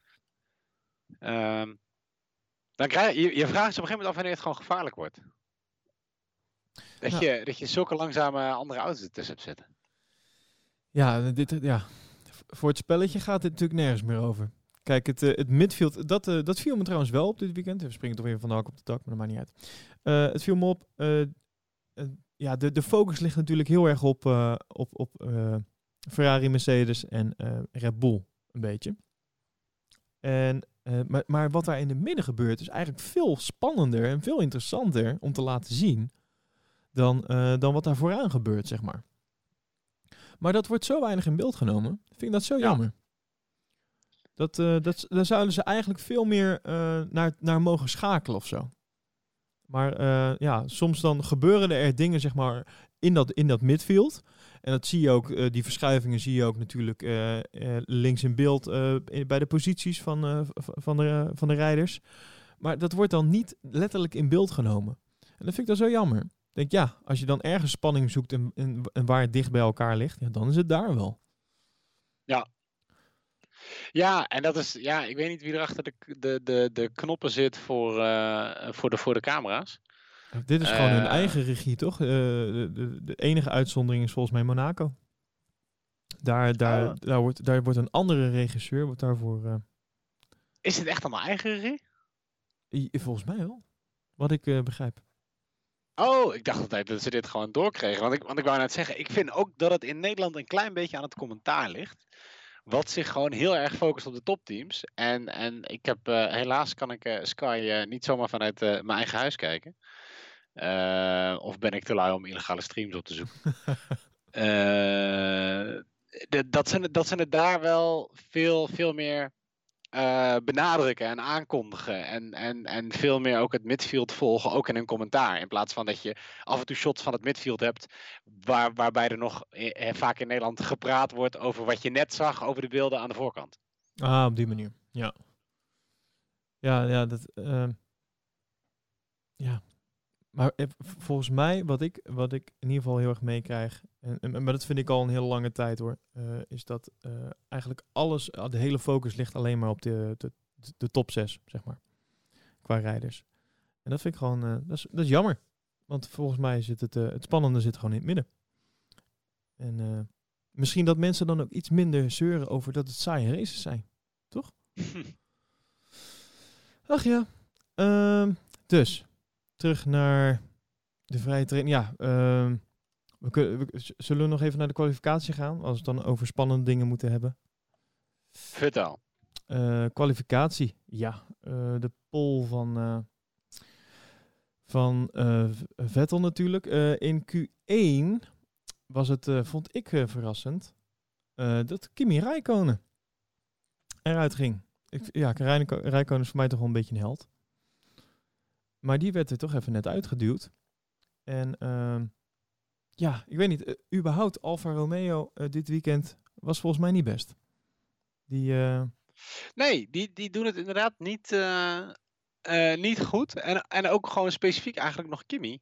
Speaker 2: Ehm, dan krijg je, je vraagt je op een gegeven moment af wanneer het gewoon gevaarlijk wordt. Dat,
Speaker 1: Ja.
Speaker 2: je, dat je zulke langzame andere auto's ertussen hebt zitten.
Speaker 1: Ja, dit, ja, voor het spelletje gaat dit natuurlijk nergens meer over. Kijk, het, eh, het midfield, dat, eh, dat viel me trouwens wel op dit weekend. We springen toch weer van de hak op de tak, maar dat maakt niet uit. Eh, het viel me op, eh, eh, ja, de, de focus ligt natuurlijk heel erg op, eh, op, op eh, Ferrari, Mercedes en eh, Red Bull, een beetje. En, eh, maar, maar wat daar in het midden gebeurt is eigenlijk veel spannender en veel interessanter om te laten zien dan, eh, dan wat daar vooraan gebeurt, zeg maar. Maar dat wordt zo weinig in beeld genomen. Vind ik dat zo
Speaker 2: Ja.
Speaker 1: jammer. Dat, eh, dat, daar zouden ze eigenlijk veel meer eh, naar, naar mogen schakelen of zo. Maar eh, ja, soms dan gebeuren er dingen, zeg maar, in dat, in dat midfield. En dat zie je ook, eh, die verschuivingen zie je ook natuurlijk eh, eh, links in beeld eh, in- bij de posities van, eh, v- van, de, van de rijders. Maar dat wordt dan niet letterlijk in beeld genomen. En dat vind ik dan zo jammer. Ik denk, ja, als je dan ergens spanning zoekt en, en, en waar het dicht bij elkaar ligt, ja, dan is het daar wel.
Speaker 2: Ja, en dat is, ja, ik weet niet wie er achter de, de, de, de knoppen zit voor, eh, voor, de, voor de camera's.
Speaker 1: Dit is gewoon hun
Speaker 2: Eh.
Speaker 1: eigen regie, toch? Eh, de, de, de enige uitzondering is volgens mij Monaco. Daar, daar,
Speaker 2: Oh.
Speaker 1: daar, wordt, daar wordt een andere regisseur wordt daarvoor. eh,
Speaker 2: Is het echt allemaal eigen regie?
Speaker 1: i- volgens mij wel. Wat ik eh, begrijp.
Speaker 2: Oh, ik dacht altijd dat ze dit gewoon doorkregen. Want ik, want ik wou net zeggen, ik vind ook dat het in Nederland een klein beetje aan het commentaar ligt. Wat zich gewoon heel erg focust op de topteams. En, en ik heb, uh, helaas kan ik uh, Sky uh, niet zomaar vanuit uh, mijn eigen huis kijken. Uh, of ben ik te lui om illegale streams op te zoeken. uh, de, dat, ze, dat ze het daar wel veel, veel meer uh, benadrukken en aankondigen. En, en, en veel meer ook het midfield volgen, ook in een commentaar. In plaats van dat je af en toe shots van het midfield hebt, waar, waarbij er nog eh, vaak in Nederland gepraat wordt over wat je net zag, over de beelden aan de voorkant.
Speaker 1: Ah, op die manier. Ja. Ja, ja, dat... Uh, ja. Maar eh, volgens mij, wat ik, wat ik in ieder geval heel erg meekrijg, en, en, maar dat vind ik al een hele lange tijd hoor, uh, is dat uh, eigenlijk alles, de hele focus ligt alleen maar op de, de, de top zes, zeg maar, qua rijders. En dat vind ik gewoon, uh, dat, is, dat is jammer. Want volgens mij zit het, uh, het spannende zit gewoon in het midden. En uh, misschien dat mensen dan ook iets minder zeuren over dat het saaie races zijn. Toch? Ach ja. Uh, dus... Terug naar de vrije training. Ja, uh, we kunnen, we, zullen we nog even naar de kwalificatie gaan? Als we het dan over spannende dingen moeten hebben.
Speaker 2: Vertel.
Speaker 1: Uh, kwalificatie. Ja, uh, de pole van, uh, van uh, Vettel natuurlijk. Uh, in Q één was het, uh, vond ik uh, verrassend, uh, dat Kimi Räikkönen eruit ging. Ik, ja, Räikkönen is voor mij toch wel een beetje een held. Maar die werd er toch even net uitgeduwd. En uh, ja, ik weet niet. Uh, überhaupt Alfa Romeo uh, dit weekend was volgens mij niet best. Die, uh...
Speaker 2: Nee, die, die doen het inderdaad niet, uh, uh, niet goed. En, en ook gewoon specifiek eigenlijk nog Kimi.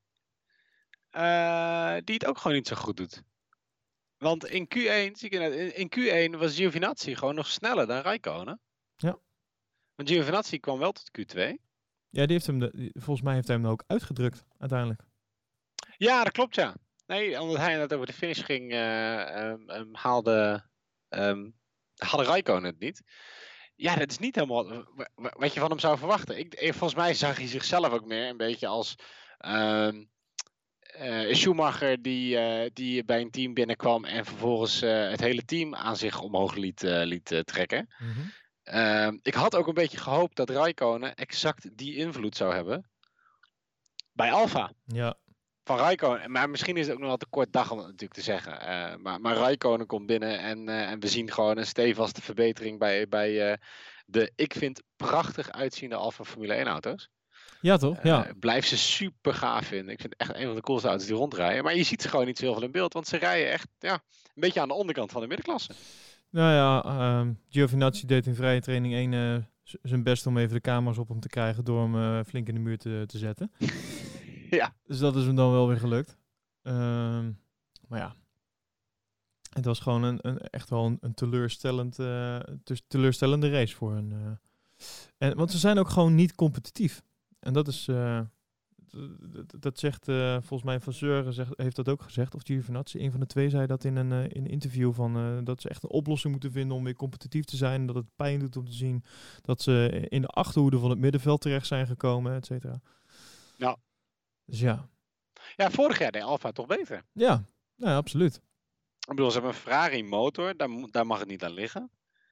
Speaker 2: Uh, die het ook gewoon niet zo goed doet. Want in Q één, zie ik in, in Q één was Giovinazzi gewoon nog sneller dan Räikkönen.
Speaker 1: Ja.
Speaker 2: Want Giovinazzi kwam wel tot Q twee.
Speaker 1: Ja, die heeft hem de, die, volgens mij heeft hij hem ook uitgedrukt, uiteindelijk.
Speaker 2: Ja, dat klopt, ja. Nee, omdat hij net over de finish ging, uh, um, um, haalde, um, haalde Räikkönen het niet. Ja, dat is niet helemaal wat je van hem zou verwachten. Ik, volgens mij zag hij zichzelf ook meer een beetje als um, uh, Schumacher die, uh, die bij een team binnenkwam en vervolgens uh, het hele team aan zich omhoog liet, uh, liet uh, trekken.
Speaker 1: Mm-hmm.
Speaker 2: Uh, ik had ook een beetje gehoopt dat Räikkönen exact die invloed zou hebben bij Alfa.
Speaker 1: Ja.
Speaker 2: Van Räikkönen, maar misschien is het ook nog wel te kort dag om het natuurlijk te zeggen. Uh, maar, maar Räikkönen komt binnen en, uh, en we zien gewoon een stevaste verbetering bij, bij uh, de, ik vind, prachtig uitziende Alfa Formule één auto's.
Speaker 1: Ja toch? Ja.
Speaker 2: Uh, blijf ze super gaaf vinden. Ik vind het echt een van de coolste auto's die rondrijden. Maar je ziet ze gewoon niet zo heel veel in beeld, want ze rijden echt ja, een beetje aan de onderkant van de middenklasse.
Speaker 1: Nou ja, um, Giovinazzi deed in vrije training één uh, z- zijn best om even de camera's op hem te krijgen door hem uh, flink in de muur te, te zetten.
Speaker 2: Ja.
Speaker 1: Dus dat is hem dan wel weer gelukt. Um, maar ja, het was gewoon een, een echt wel een, een teleurstellend, uh, teleurstellende race voor hen. Uh. En, want ze zijn ook gewoon niet competitief. En dat is... Uh, Dat, dat zegt, uh, volgens mij Van Zeuren zegt, heeft dat ook gezegd. Of Giovinazzi, een van de twee zei dat in een, uh, in een interview. Van, uh, dat ze echt een oplossing moeten vinden om weer competitief te zijn. Dat het pijn doet om te zien dat ze in de achterhoede van het middenveld terecht zijn gekomen, et cetera.
Speaker 2: Ja.
Speaker 1: Dus ja.
Speaker 2: Ja, vorig jaar deed Alfa toch beter.
Speaker 1: Ja, nou ja, absoluut.
Speaker 2: Ik bedoel, ze hebben een Ferrari motor. Daar, daar mag het niet aan liggen.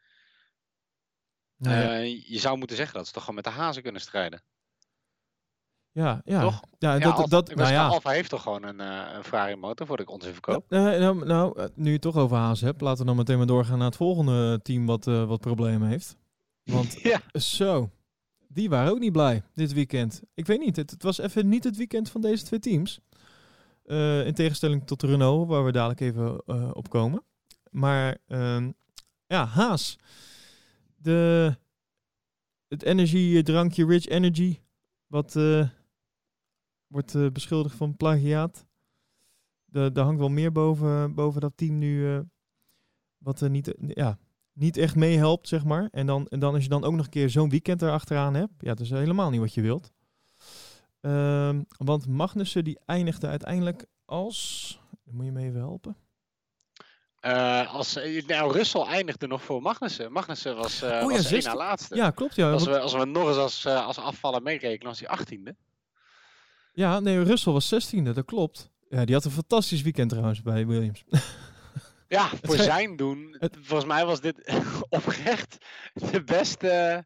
Speaker 1: Nou ja.
Speaker 2: Uh, je zou moeten zeggen dat ze toch gewoon met de hazen kunnen strijden.
Speaker 1: Ja, ja.
Speaker 2: Toch?
Speaker 1: Ja,
Speaker 2: Ja,
Speaker 1: dat,
Speaker 2: Alfa,
Speaker 1: dat,
Speaker 2: ik
Speaker 1: nou ja.
Speaker 2: Alfa heeft toch gewoon een, uh, een Ferrari motor voor de onzin verkoop?
Speaker 1: Nou, nou, nou, nu je het toch over Haas hebt, laten we dan meteen maar doorgaan naar het volgende team wat, uh, wat problemen heeft. Want
Speaker 2: ja.
Speaker 1: Zo, die waren ook niet blij dit weekend. Ik weet niet, het, het was even niet het weekend van deze twee teams. Uh, in tegenstelling tot de Renault, waar we dadelijk even uh, op komen. Maar uh, ja, Haas. De, het energiedrankje Rich Energy, wat... Uh, wordt uh, beschuldigd van plagiaat. Daar hangt wel meer boven, boven dat team nu. Uh, wat er uh, niet, uh, ja, niet echt meehelpt, zeg maar. En dan, en dan als je dan ook nog een keer zo'n weekend erachteraan hebt. Ja, dat is helemaal niet wat je wilt. Uh, want Magnussen die eindigde uiteindelijk als... Moet je me even helpen?
Speaker 2: Uh, als, nou, Russell eindigde nog voor Magnussen. Magnussen was, uh,
Speaker 1: oh, ja,
Speaker 2: was één na laatste.
Speaker 1: Ja, klopt. Ja,
Speaker 2: als,
Speaker 1: want...
Speaker 2: we, als we nog eens als, uh, als afvaller meerekenen, was hij achttiende.
Speaker 1: Ja, nee, Russell was zestiende, dat klopt. Ja, die had een fantastisch weekend trouwens bij Williams.
Speaker 2: Ja, voor
Speaker 1: schijnt-
Speaker 2: zijn doen.
Speaker 1: het-
Speaker 2: Volgens mij was dit oprecht de beste,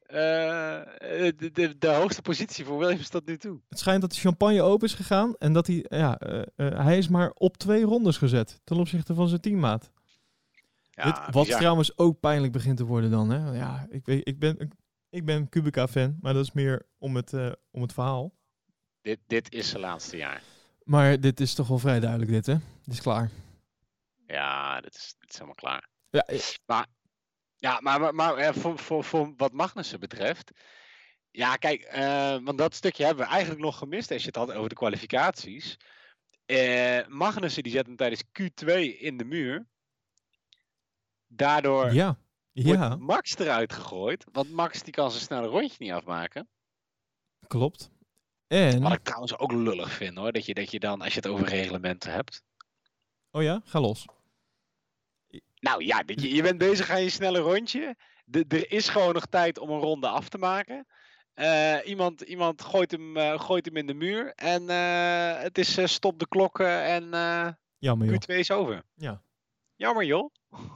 Speaker 2: uh, de, de, de hoogste positie voor Williams tot nu toe.
Speaker 1: Het schijnt dat de champagne open is gegaan en dat hij, ja, uh, uh, hij is maar op twee rondes gezet ten opzichte van zijn teammaat.
Speaker 2: Ja,
Speaker 1: Dit, wat
Speaker 2: bizar.
Speaker 1: trouwens ook pijnlijk begint te worden dan. Hè? Ja, ik, weet, ik ben, ik, ik ben Kubica-fan, maar dat is meer om het, uh, om het verhaal.
Speaker 2: Dit, dit is zijn laatste jaar.
Speaker 1: Maar dit is toch wel vrij duidelijk, dit hè? Dit is klaar.
Speaker 2: Ja, dit is, dit is helemaal klaar.
Speaker 1: Ja,
Speaker 2: Maar, ja, maar, maar, maar eh, voor, voor, voor wat Magnussen betreft. Ja, kijk, uh, want dat stukje hebben we eigenlijk nog gemist als je het had over de kwalificaties. Uh, Magnussen die zet hem tijdens Q twee in de muur. Daardoor
Speaker 1: ja. ja,
Speaker 2: wordt Max eruit gegooid. Want Max die kan zijn snelle rondje niet afmaken.
Speaker 1: klopt. En...
Speaker 2: Wat ik trouwens ook lullig vind hoor. Dat je, dat je dan, als je het over reglementen hebt.
Speaker 1: Oh ja, ga los.
Speaker 2: Nou ja, je, je bent bezig aan je snelle rondje. De, er is gewoon nog tijd om een ronde af te maken. Uh, iemand iemand gooit, hem, uh, gooit hem in de muur. En uh, het is uh, stop de klokken en uh,
Speaker 1: Jammer, joh.
Speaker 2: Q twee is over.
Speaker 1: Ja.
Speaker 2: Jammer joh.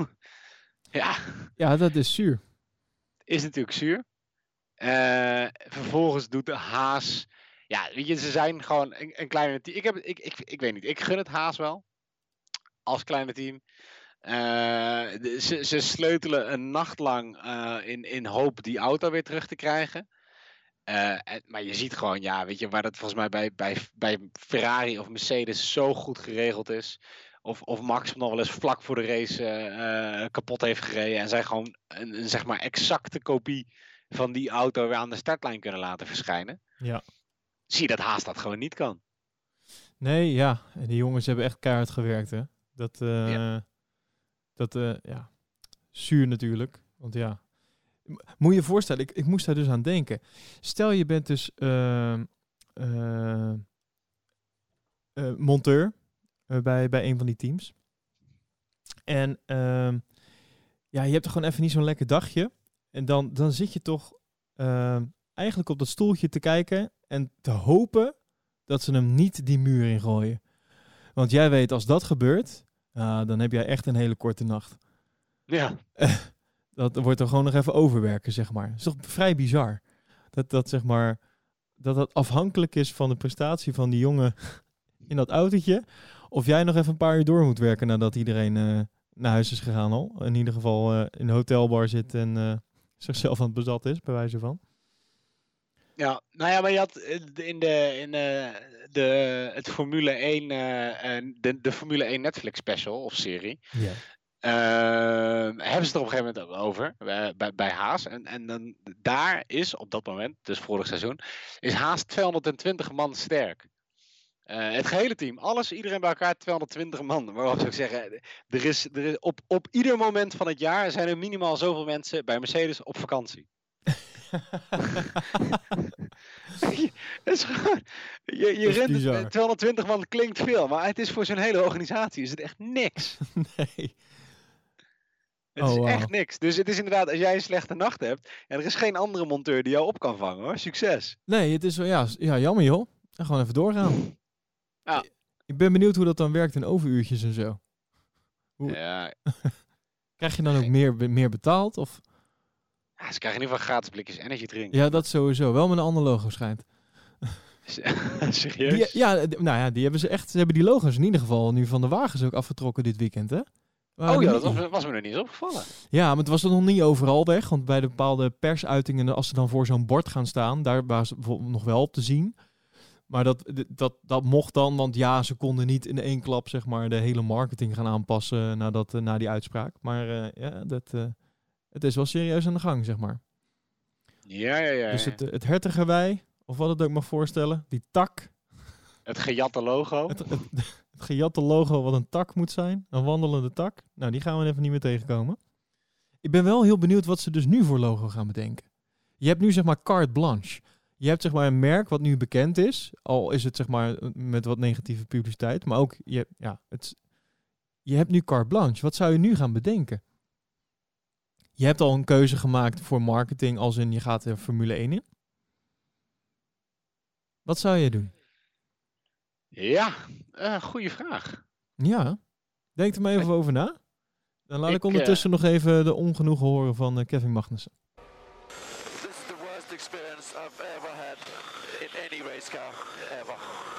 Speaker 2: ja.
Speaker 1: Ja, dat is zuur.
Speaker 2: Is natuurlijk zuur. Uh, vervolgens doet de Haas... Ja, weet je, ze zijn gewoon een, een kleine team. Ik, heb, ik, ik, ik weet niet, ik gun het Haas wel. Als kleine team. Uh, de, ze, ze sleutelen een nacht lang uh, in, in hoop die auto weer terug te krijgen. Uh, en, maar je ziet gewoon, ja, weet je, waar dat volgens mij bij, bij, bij Ferrari of Mercedes zo goed geregeld is. Of, of Max nog wel eens vlak voor de race uh, uh, kapot heeft gereden. En zij gewoon een, een zeg maar exacte kopie van die auto weer aan de startlijn kunnen laten verschijnen.
Speaker 1: Ja.
Speaker 2: Zie je dat Haas dat gewoon niet kan.
Speaker 1: Nee, ja. En die jongens hebben echt keihard gewerkt, hè. Dat, uh, ja. Dat, uh, ja. Zuur natuurlijk. Want ja. Moet je je voorstellen, ik, ik moest daar dus aan denken. Stel je bent dus uh, uh, uh, monteur uh, bij, bij een van die teams. En uh, ja, je hebt er gewoon even niet zo'n lekker dagje. En dan, dan zit je toch uh, eigenlijk op dat stoeltje te kijken en te hopen dat ze hem niet die muur in gooien. Want jij weet, als dat gebeurt, uh, dan heb jij echt een hele korte nacht.
Speaker 2: Ja.
Speaker 1: Dat wordt er gewoon nog even overwerken, zeg maar. Het is toch vrij bizar. Dat dat, zeg maar, dat dat afhankelijk is van de prestatie van die jongen in dat autootje. Of jij nog even een paar uur door moet werken nadat iedereen uh, naar huis is gegaan al. In ieder geval uh, in de hotelbar zit en uh, zichzelf aan het bezat is, bij wijze van.
Speaker 2: Ja, nou ja, maar je had in de, in de, de het Formule één, uh, de, de Formule één Netflix special of serie.
Speaker 1: Ja.
Speaker 2: Uh, hebben ze het er op een gegeven moment over uh, bij, bij Haas. En, en dan, daar is op dat moment, dus vorig seizoen, is Haas tweehonderdtwintig man sterk. Uh, het gehele team, alles, iedereen bij elkaar tweehonderdtwintig man. Maar wat zou ik zeggen, er is, er is op, op ieder moment van het jaar zijn er minimaal zoveel mensen bij Mercedes op vakantie. je, het is gewoon, je, je rent het, tweehonderdtwintig man klinkt veel, maar het is voor zo'n hele organisatie is het echt niks.
Speaker 1: Nee.
Speaker 2: Het
Speaker 1: oh,
Speaker 2: is
Speaker 1: wow.
Speaker 2: echt niks. Dus het is inderdaad, als jij een slechte nacht hebt, en er is geen andere monteur die jou op kan vangen hoor. Succes.
Speaker 1: Nee, het is wel, ja, ja, jammer joh. En gewoon even doorgaan.
Speaker 2: Ja.
Speaker 1: Ik ben benieuwd hoe dat dan werkt in overuurtjes en zo. Hoe...
Speaker 2: Ja.
Speaker 1: Krijg je dan ook meer, meer betaald? Of...
Speaker 2: Ja, ze krijgen in ieder geval gratis blikjes energy drink.
Speaker 1: Ja, dat sowieso. Wel met een ander logo schijnt.
Speaker 2: Serieus?
Speaker 1: Die, ja, d- nou ja, die hebben ze echt. Ze hebben die logo's in ieder geval nu van de wagens ook afgetrokken dit weekend, hè?
Speaker 2: Oh ja, dat was, was me nog niet eens opgevallen.
Speaker 1: Ja, maar het was er nog niet overal weg. Want bij de bepaalde persuitingen, als ze dan voor zo'n bord gaan staan, daar waren ze bijvoorbeeld nog wel op te zien. Maar dat, dat, dat mocht dan, want ja, ze konden niet in één klap zeg maar de hele marketing gaan aanpassen na, dat, na die uitspraak. Maar uh, ja, dat, uh, het is wel serieus aan de gang, zeg maar.
Speaker 2: Ja, ja, ja.
Speaker 1: Dus het, het hertengewei, of wat het ook mag voorstellen, die tak.
Speaker 2: Het gejatte logo.
Speaker 1: Het, het, het gejatte logo wat een tak moet zijn, een wandelende tak. Nou, die gaan we even niet meer tegenkomen. Ik ben wel heel benieuwd wat ze dus nu voor logo gaan bedenken. Je hebt nu zeg maar carte blanche. Je hebt zeg maar een merk wat nu bekend is, al is het zeg maar met wat negatieve publiciteit, maar ook je, ja, het, je hebt nu carte blanche. Wat zou je nu gaan bedenken? Je hebt al een keuze gemaakt voor marketing, als in je gaat de Formule één in. Wat zou je doen?
Speaker 2: Ja, uh, goede vraag.
Speaker 1: Ja, denk er maar even over na. Dan laat ik, ik ondertussen uh, nog even de ongenoegen horen van uh, Kevin Magnussen.
Speaker 3: This is the worst experience I've ever had in any race car ever.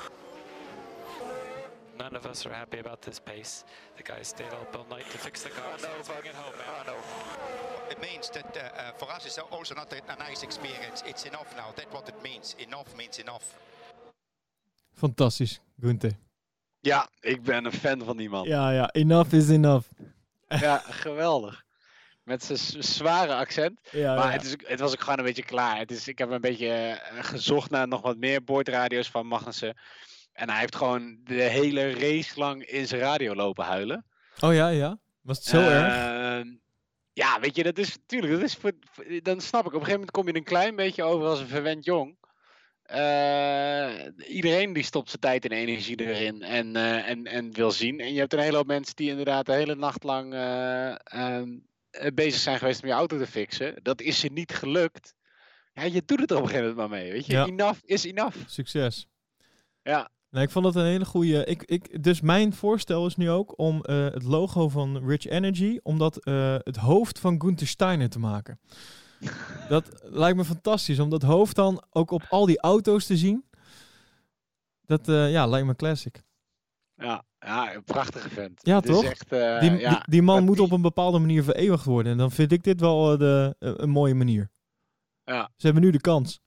Speaker 3: None of us are happy about this pace. The guys stayed up all night to fix the car. I know, so bring it home, man. I know.
Speaker 4: It means that uh, uh, for us it's also not a, a nice experience. It's enough now. That's what it means. Enough means enough.
Speaker 1: Fantastisch, Gunther.
Speaker 2: Ja, ik ben een fan van die man.
Speaker 1: Ja, ja, enough is enough.
Speaker 2: Ja, geweldig. Met zijn zware accent.
Speaker 1: Ja,
Speaker 2: maar
Speaker 1: ja.
Speaker 2: Het, is, het was ook gewoon een beetje klaar. Het is, ik heb een beetje uh, gezocht naar nog wat meer boordradio's van Magnussen. En hij heeft gewoon de hele race lang in zijn radio lopen huilen.
Speaker 1: Oh ja, ja. Was het zo uh, erg?
Speaker 2: Ja, weet je, dat is natuurlijk. Dat is voor, voor, dan snap ik. Op een gegeven moment kom je een klein beetje over als een verwend jong. Uh, iedereen die stopt zijn tijd en energie erin en, uh, en, en wil zien. En je hebt een hele hoop mensen die inderdaad de hele nacht lang uh, uh, bezig zijn geweest om je auto te fixen. Dat is ze niet gelukt. Ja, je doet het er op een gegeven moment maar mee. Weet je, ja. Enough is enough.
Speaker 1: Succes.
Speaker 2: Ja.
Speaker 1: Nou, ik vond het een hele goede. Ik, ik, dus mijn voorstel is nu ook om uh, het logo van Rich Energy, om dat uh, het hoofd van Gunther Steiner te maken. Dat lijkt me fantastisch, om dat hoofd dan ook op al die auto's te zien. Dat uh, ja, lijkt me classic.
Speaker 2: Ja, ja, een prachtige vent.
Speaker 1: Ja,
Speaker 2: dit
Speaker 1: toch?
Speaker 2: Is echt, uh,
Speaker 1: die,
Speaker 2: ja,
Speaker 1: die, die man moet
Speaker 2: die...
Speaker 1: op een bepaalde manier vereeuwigd worden. En dan vind ik dit wel uh, de, uh, een mooie manier.
Speaker 2: Ja.
Speaker 1: Ze hebben nu de kans.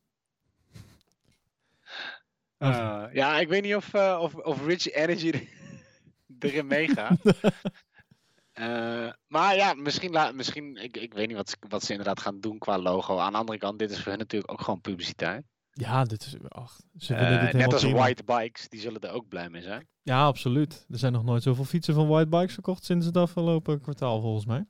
Speaker 2: Uh, ja, ik weet niet of, uh, of, of Rich Energy erin meegaat. uh, maar ja, misschien, la- misschien ik, ik weet niet wat, wat ze inderdaad gaan doen qua logo. Aan de andere kant, dit is voor hen natuurlijk ook gewoon publiciteit.
Speaker 1: Ja, dit is... Ach, ze
Speaker 2: uh,
Speaker 1: dit
Speaker 2: net als
Speaker 1: prima.
Speaker 2: White Bikes, die zullen er ook blij mee zijn.
Speaker 1: Ja, absoluut. Er zijn nog nooit zoveel fietsen van White Bikes verkocht sinds het afgelopen kwartaal, volgens mij.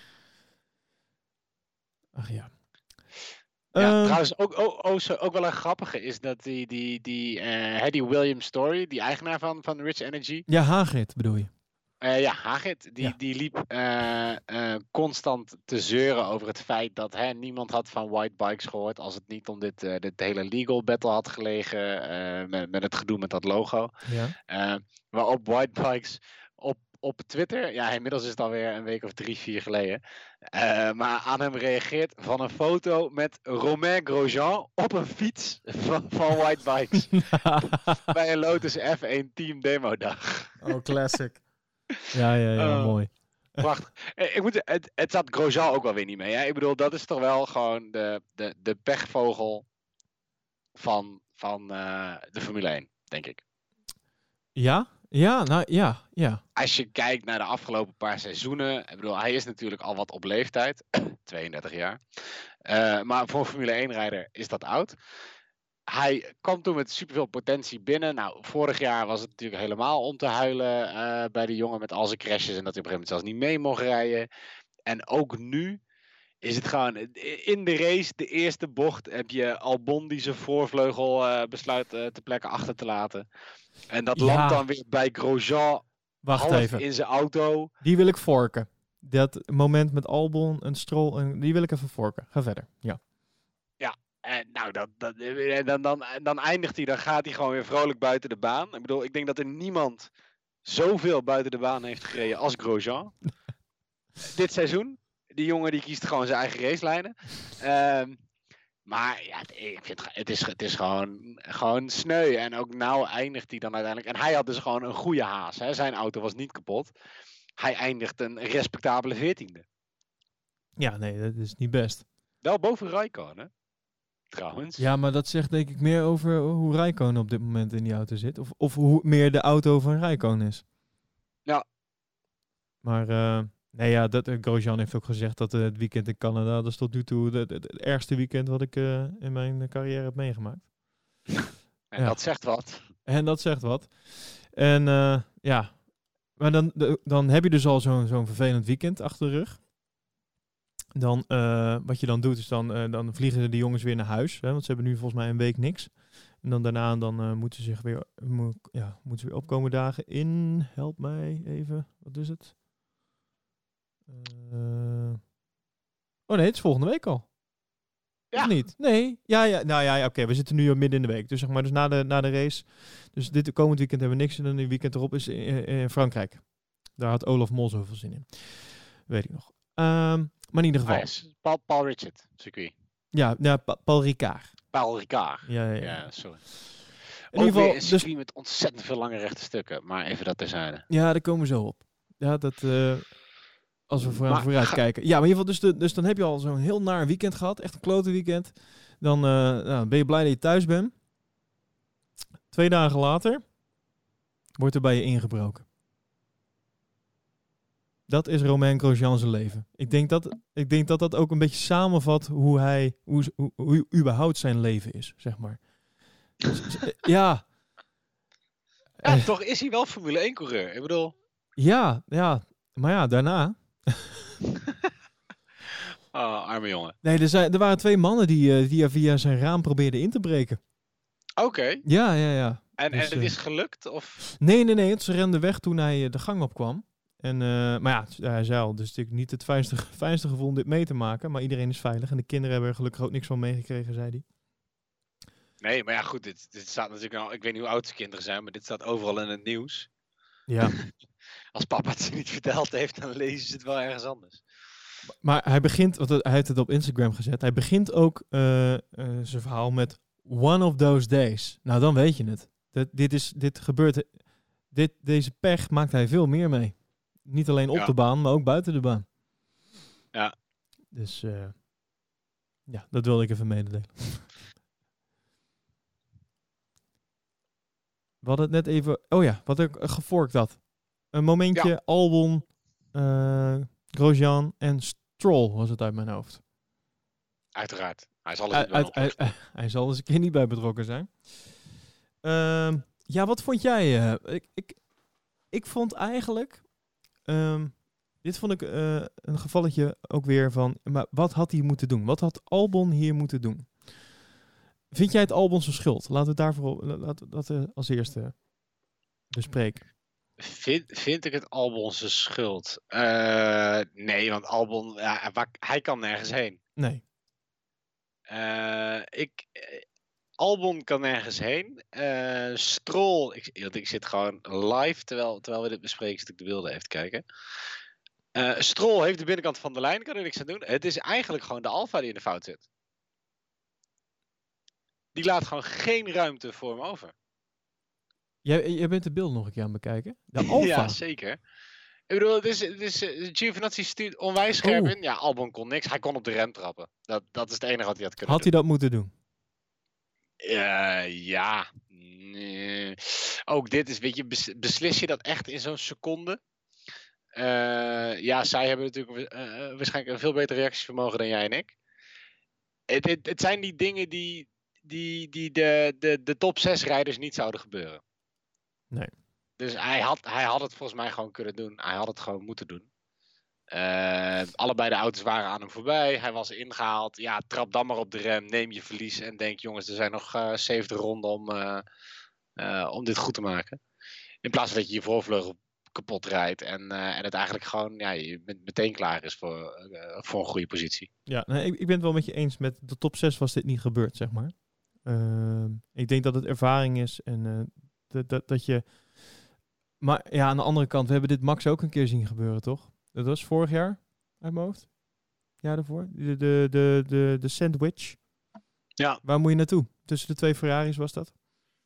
Speaker 1: Ach ja.
Speaker 2: Ja,
Speaker 1: uh,
Speaker 2: trouwens, ook, ook, ook, zo, ook wel een grappige is dat die, die, die uh, Hedy Williams Story, die eigenaar van, van Rich Energy.
Speaker 1: Ja, Hagrid bedoel je?
Speaker 2: Uh, ja, Hagrid, die,
Speaker 1: ja.
Speaker 2: die liep uh, uh, constant te zeuren over het feit dat hè, niemand had van White Bikes gehoord als het niet om dit, uh, dit hele legal battle had gelegen uh, met, met het gedoe met dat logo.
Speaker 1: Ja.
Speaker 2: Uh, waarop White Bikes op, op Twitter, ja inmiddels is het alweer een week of drie, vier geleden, uh, maar aan hem reageert van een foto met Romain Grosjean op een fiets van, van White Bikes bij een Lotus F één Team Demo dag.
Speaker 1: Oh, classic. Ja, ja, ja, uh, mooi.
Speaker 2: Prachtig. Ik moet, het, het zat Grosjean ook wel weer niet mee. Hè? Ik bedoel, dat is toch wel gewoon de, de, de pechvogel van, van uh, de Formule één, denk ik.
Speaker 1: Ja? Ja, nou ja, ja.
Speaker 2: Als je kijkt naar de afgelopen paar seizoenen. Ik bedoel, hij is natuurlijk al wat op leeftijd. tweeëndertig jaar. Uh, maar voor een Formule één-rijder is dat oud. Hij kwam toen met superveel potentie binnen. Nou, vorig jaar was het natuurlijk helemaal om te huilen uh, bij de jongen met al zijn crashes en dat hij op een gegeven moment zelfs niet mee mocht rijden. En ook nu is het gewoon in de race, de eerste bocht, heb je Albon die zijn voorvleugel uh, besluit uh, te plekken achter te laten. En dat
Speaker 1: ja.
Speaker 2: landt dan weer bij Grosjean
Speaker 1: Wacht
Speaker 2: half
Speaker 1: even.
Speaker 2: in zijn auto.
Speaker 1: Die wil ik forken. Dat moment met Albon en Stroll, en die wil ik even forken. Ga verder, ja.
Speaker 2: En nou, dat, dat, dan, dan, dan eindigt hij, dan gaat hij gewoon weer vrolijk buiten de baan. Ik bedoel, ik denk dat er niemand zoveel buiten de baan heeft gereden als Grosjean. Dit seizoen. Die jongen die kiest gewoon zijn eigen racelijnen. Um, maar ja, ik vind het is, het is gewoon, gewoon sneu. En ook nou eindigt hij dan uiteindelijk. En hij had dus gewoon een goede haas. Hè? Zijn auto was niet kapot. Hij eindigt een respectabele veertiende.
Speaker 1: Ja, nee, dat is niet best.
Speaker 2: Wel boven Raikkonen. Trouwens.
Speaker 1: Ja, maar dat zegt denk ik meer over hoe Raikkonen op dit moment in die auto zit. Of, of hoe meer de auto van Raikkonen is.
Speaker 2: Ja.
Speaker 1: Maar uh, nee, ja, dat, uh, Grosjean heeft ook gezegd dat uh, het weekend in Canada, dat is tot nu toe het, het, het ergste weekend wat ik uh, in mijn carrière heb meegemaakt.
Speaker 2: En
Speaker 1: ja.
Speaker 2: dat zegt wat.
Speaker 1: En dat zegt wat. En uh, ja, maar dan, de, dan heb je dus al zo'n zo'n vervelend weekend achter de rug. Dan, uh, wat je dan doet, is dan, uh, dan vliegen de jongens weer naar huis. Hè, want ze hebben nu volgens mij een week niks. En dan daarna dan, uh, moeten ze zich weer, mo- ja, moeten ze weer opkomen dagen in. Help mij even. Wat is het? Uh, oh nee, het is volgende week al.
Speaker 2: Ja.
Speaker 1: Of niet? Nee. Ja, ja, nou ja, ja oké. We zitten nu al midden in de week. Dus zeg maar, dus na de, na de race. Dus dit komend weekend hebben we niks. En dan het weekend erop is in, in Frankrijk. Daar had Olaf Mol zoveel zin in. Weet ik nog. Um, maar in ieder geval.
Speaker 2: Ah, yes. Paul, Paul Richard, circuit.
Speaker 1: Ja, ja pa- Paul Ricard.
Speaker 2: Paul Ricard.
Speaker 1: Ja, ja, ja.
Speaker 2: Ja, sorry.
Speaker 1: In
Speaker 2: Ook
Speaker 1: ieder geval,
Speaker 2: weer een
Speaker 1: dus,
Speaker 2: circuit met ontzettend veel lange rechte stukken. Maar even dat terzijde.
Speaker 1: ja, daar komen we zo op. Ja, dat... Uh, als we voor,
Speaker 2: Maar
Speaker 1: vooruit
Speaker 2: ga-
Speaker 1: kijken. Ja, maar in ieder geval, dus, de, dus dan heb je al zo'n heel naar weekend gehad. Echt een klote weekend. Dan uh, nou, ben je blij dat je thuis bent. Twee dagen later wordt er bij je ingebroken. Dat is Romain Grosjean zijn leven. Ik denk dat, ik denk dat dat ook een beetje samenvat hoe hij, hoe, hoe, hoe überhaupt zijn leven is, zeg maar. Dus, ja.
Speaker 2: Ja,
Speaker 1: Eh,
Speaker 2: toch is hij wel Formule één coureur. Ik bedoel...
Speaker 1: ja, ja. Maar ja, daarna...
Speaker 2: Oh, arme jongen.
Speaker 1: Nee, er, zijn, er waren twee mannen die uh, via, via zijn raam probeerden in te breken.
Speaker 2: Oké.
Speaker 1: Ja, ja, ja.
Speaker 2: En,
Speaker 1: Dus,
Speaker 2: en het
Speaker 1: uh,
Speaker 2: is gelukt? Of?
Speaker 1: Nee, nee, nee. Ze renden weg toen hij uh, de gang opkwam. En, uh, maar ja, hij zei al, dus natuurlijk niet het fijnste, fijnste gevoel om dit mee te maken. Maar iedereen is veilig. En de kinderen hebben er gelukkig ook niks van meegekregen, zei hij.
Speaker 2: Nee, maar ja, goed. Dit, dit staat natuurlijk al... Ik weet niet hoe oud zijn kinderen zijn, maar dit staat overal in het nieuws.
Speaker 1: Ja.
Speaker 2: Als papa het ze niet verteld heeft, dan lezen ze het wel ergens anders.
Speaker 1: Maar hij begint, want hij heeft het op Instagram gezet. Hij begint ook uh, uh, zijn verhaal met one of those days. Nou, dan weet je het. Dat, dit, is, dit gebeurt... Dit, deze pech maakt hij veel meer mee. Niet alleen op
Speaker 2: Ja.
Speaker 1: de baan, maar ook buiten de baan.
Speaker 2: Ja.
Speaker 1: Dus uh, ja, dat wilde ik even mededelen. We hadden het net even... Oh ja, wat ik uh, geforkt had. Een momentje,
Speaker 2: Ja.
Speaker 1: Albon, uh, Grosjean en Stroll was het uit mijn hoofd.
Speaker 2: Uiteraard. Hij zal
Speaker 1: Hij,
Speaker 2: het wel
Speaker 1: hij, hij, hij zal er eens een keer niet bij betrokken zijn. Uh, ja, wat vond jij? Uh, ik, ik, ik vond eigenlijk... Um, dit vond ik uh, een gevalletje ook weer van... Maar wat had hij moeten doen? Wat had Albon hier moeten doen? Vind jij het Albon zijn schuld? Laten we het daarvoor laten we dat uh, als eerste bespreken.
Speaker 2: Vind, vind ik het Albon zijn schuld? Uh, nee, want Albon, ja, hij kan nergens heen.
Speaker 1: Nee.
Speaker 2: Uh, ik, Albon kan nergens heen. Uh, Stroll, ik, ik zit gewoon live, terwijl, terwijl we dit bespreken, zit ik de beelden even te kijken. Uh, Stroll heeft de binnenkant van de lijn, kan er niks aan doen. Het is eigenlijk gewoon de Alfa die in de fout zit. Die laat gewoon geen ruimte voor hem over.
Speaker 1: Jij, jij bent de beeld nog een keer aan het bekijken? De Alfa?
Speaker 2: Ja, zeker. Ik bedoel, het is, het is, uh, Giovinazzi stuurt onwijs scherp
Speaker 1: oh.
Speaker 2: in. Ja, Albon kon niks. Hij kon op de rem trappen. Dat, dat is het enige wat hij had kunnen
Speaker 1: had
Speaker 2: doen.
Speaker 1: Had hij dat moeten doen?
Speaker 2: Uh, ja. Nee. Ook dit is, weet je, bes, beslis je dat echt in zo'n seconde? Uh, ja, zij hebben natuurlijk uh, waarschijnlijk een veel beter reactievermogen dan jij en ik. Het, het, het zijn die dingen die, die, die de, de, de top zes rijders niet zouden gebeuren.
Speaker 1: Nee.
Speaker 2: Dus hij had, hij had het volgens mij gewoon kunnen doen. Hij had het gewoon moeten doen. Uh, allebei de auto's waren aan hem voorbij. Hij was ingehaald. Ja, trap dan maar op de rem. Neem je verlies en denk, jongens, er zijn nog uh, zeventig ronden om, uh, uh, om dit goed te maken. In plaats van dat je je voorvleugel kapot rijdt. En, uh, en het eigenlijk gewoon, ja, je bent meteen klaar is voor, uh, voor een goede positie.
Speaker 1: Ja, nee, ik, ik ben het wel met je eens. Met de top zes was dit niet gebeurd, zeg maar. Uh, ik denk dat het ervaring is. En uh, dat, dat, dat je... Maar ja, aan de andere kant, we hebben dit Max ook een keer zien gebeuren, toch? Dat was vorig jaar, uit mijn hoofd. Ja, daarvoor. De, de, de, de, de sandwich.
Speaker 2: Ja.
Speaker 1: Waar moet je naartoe? Tussen de twee Ferraris was dat?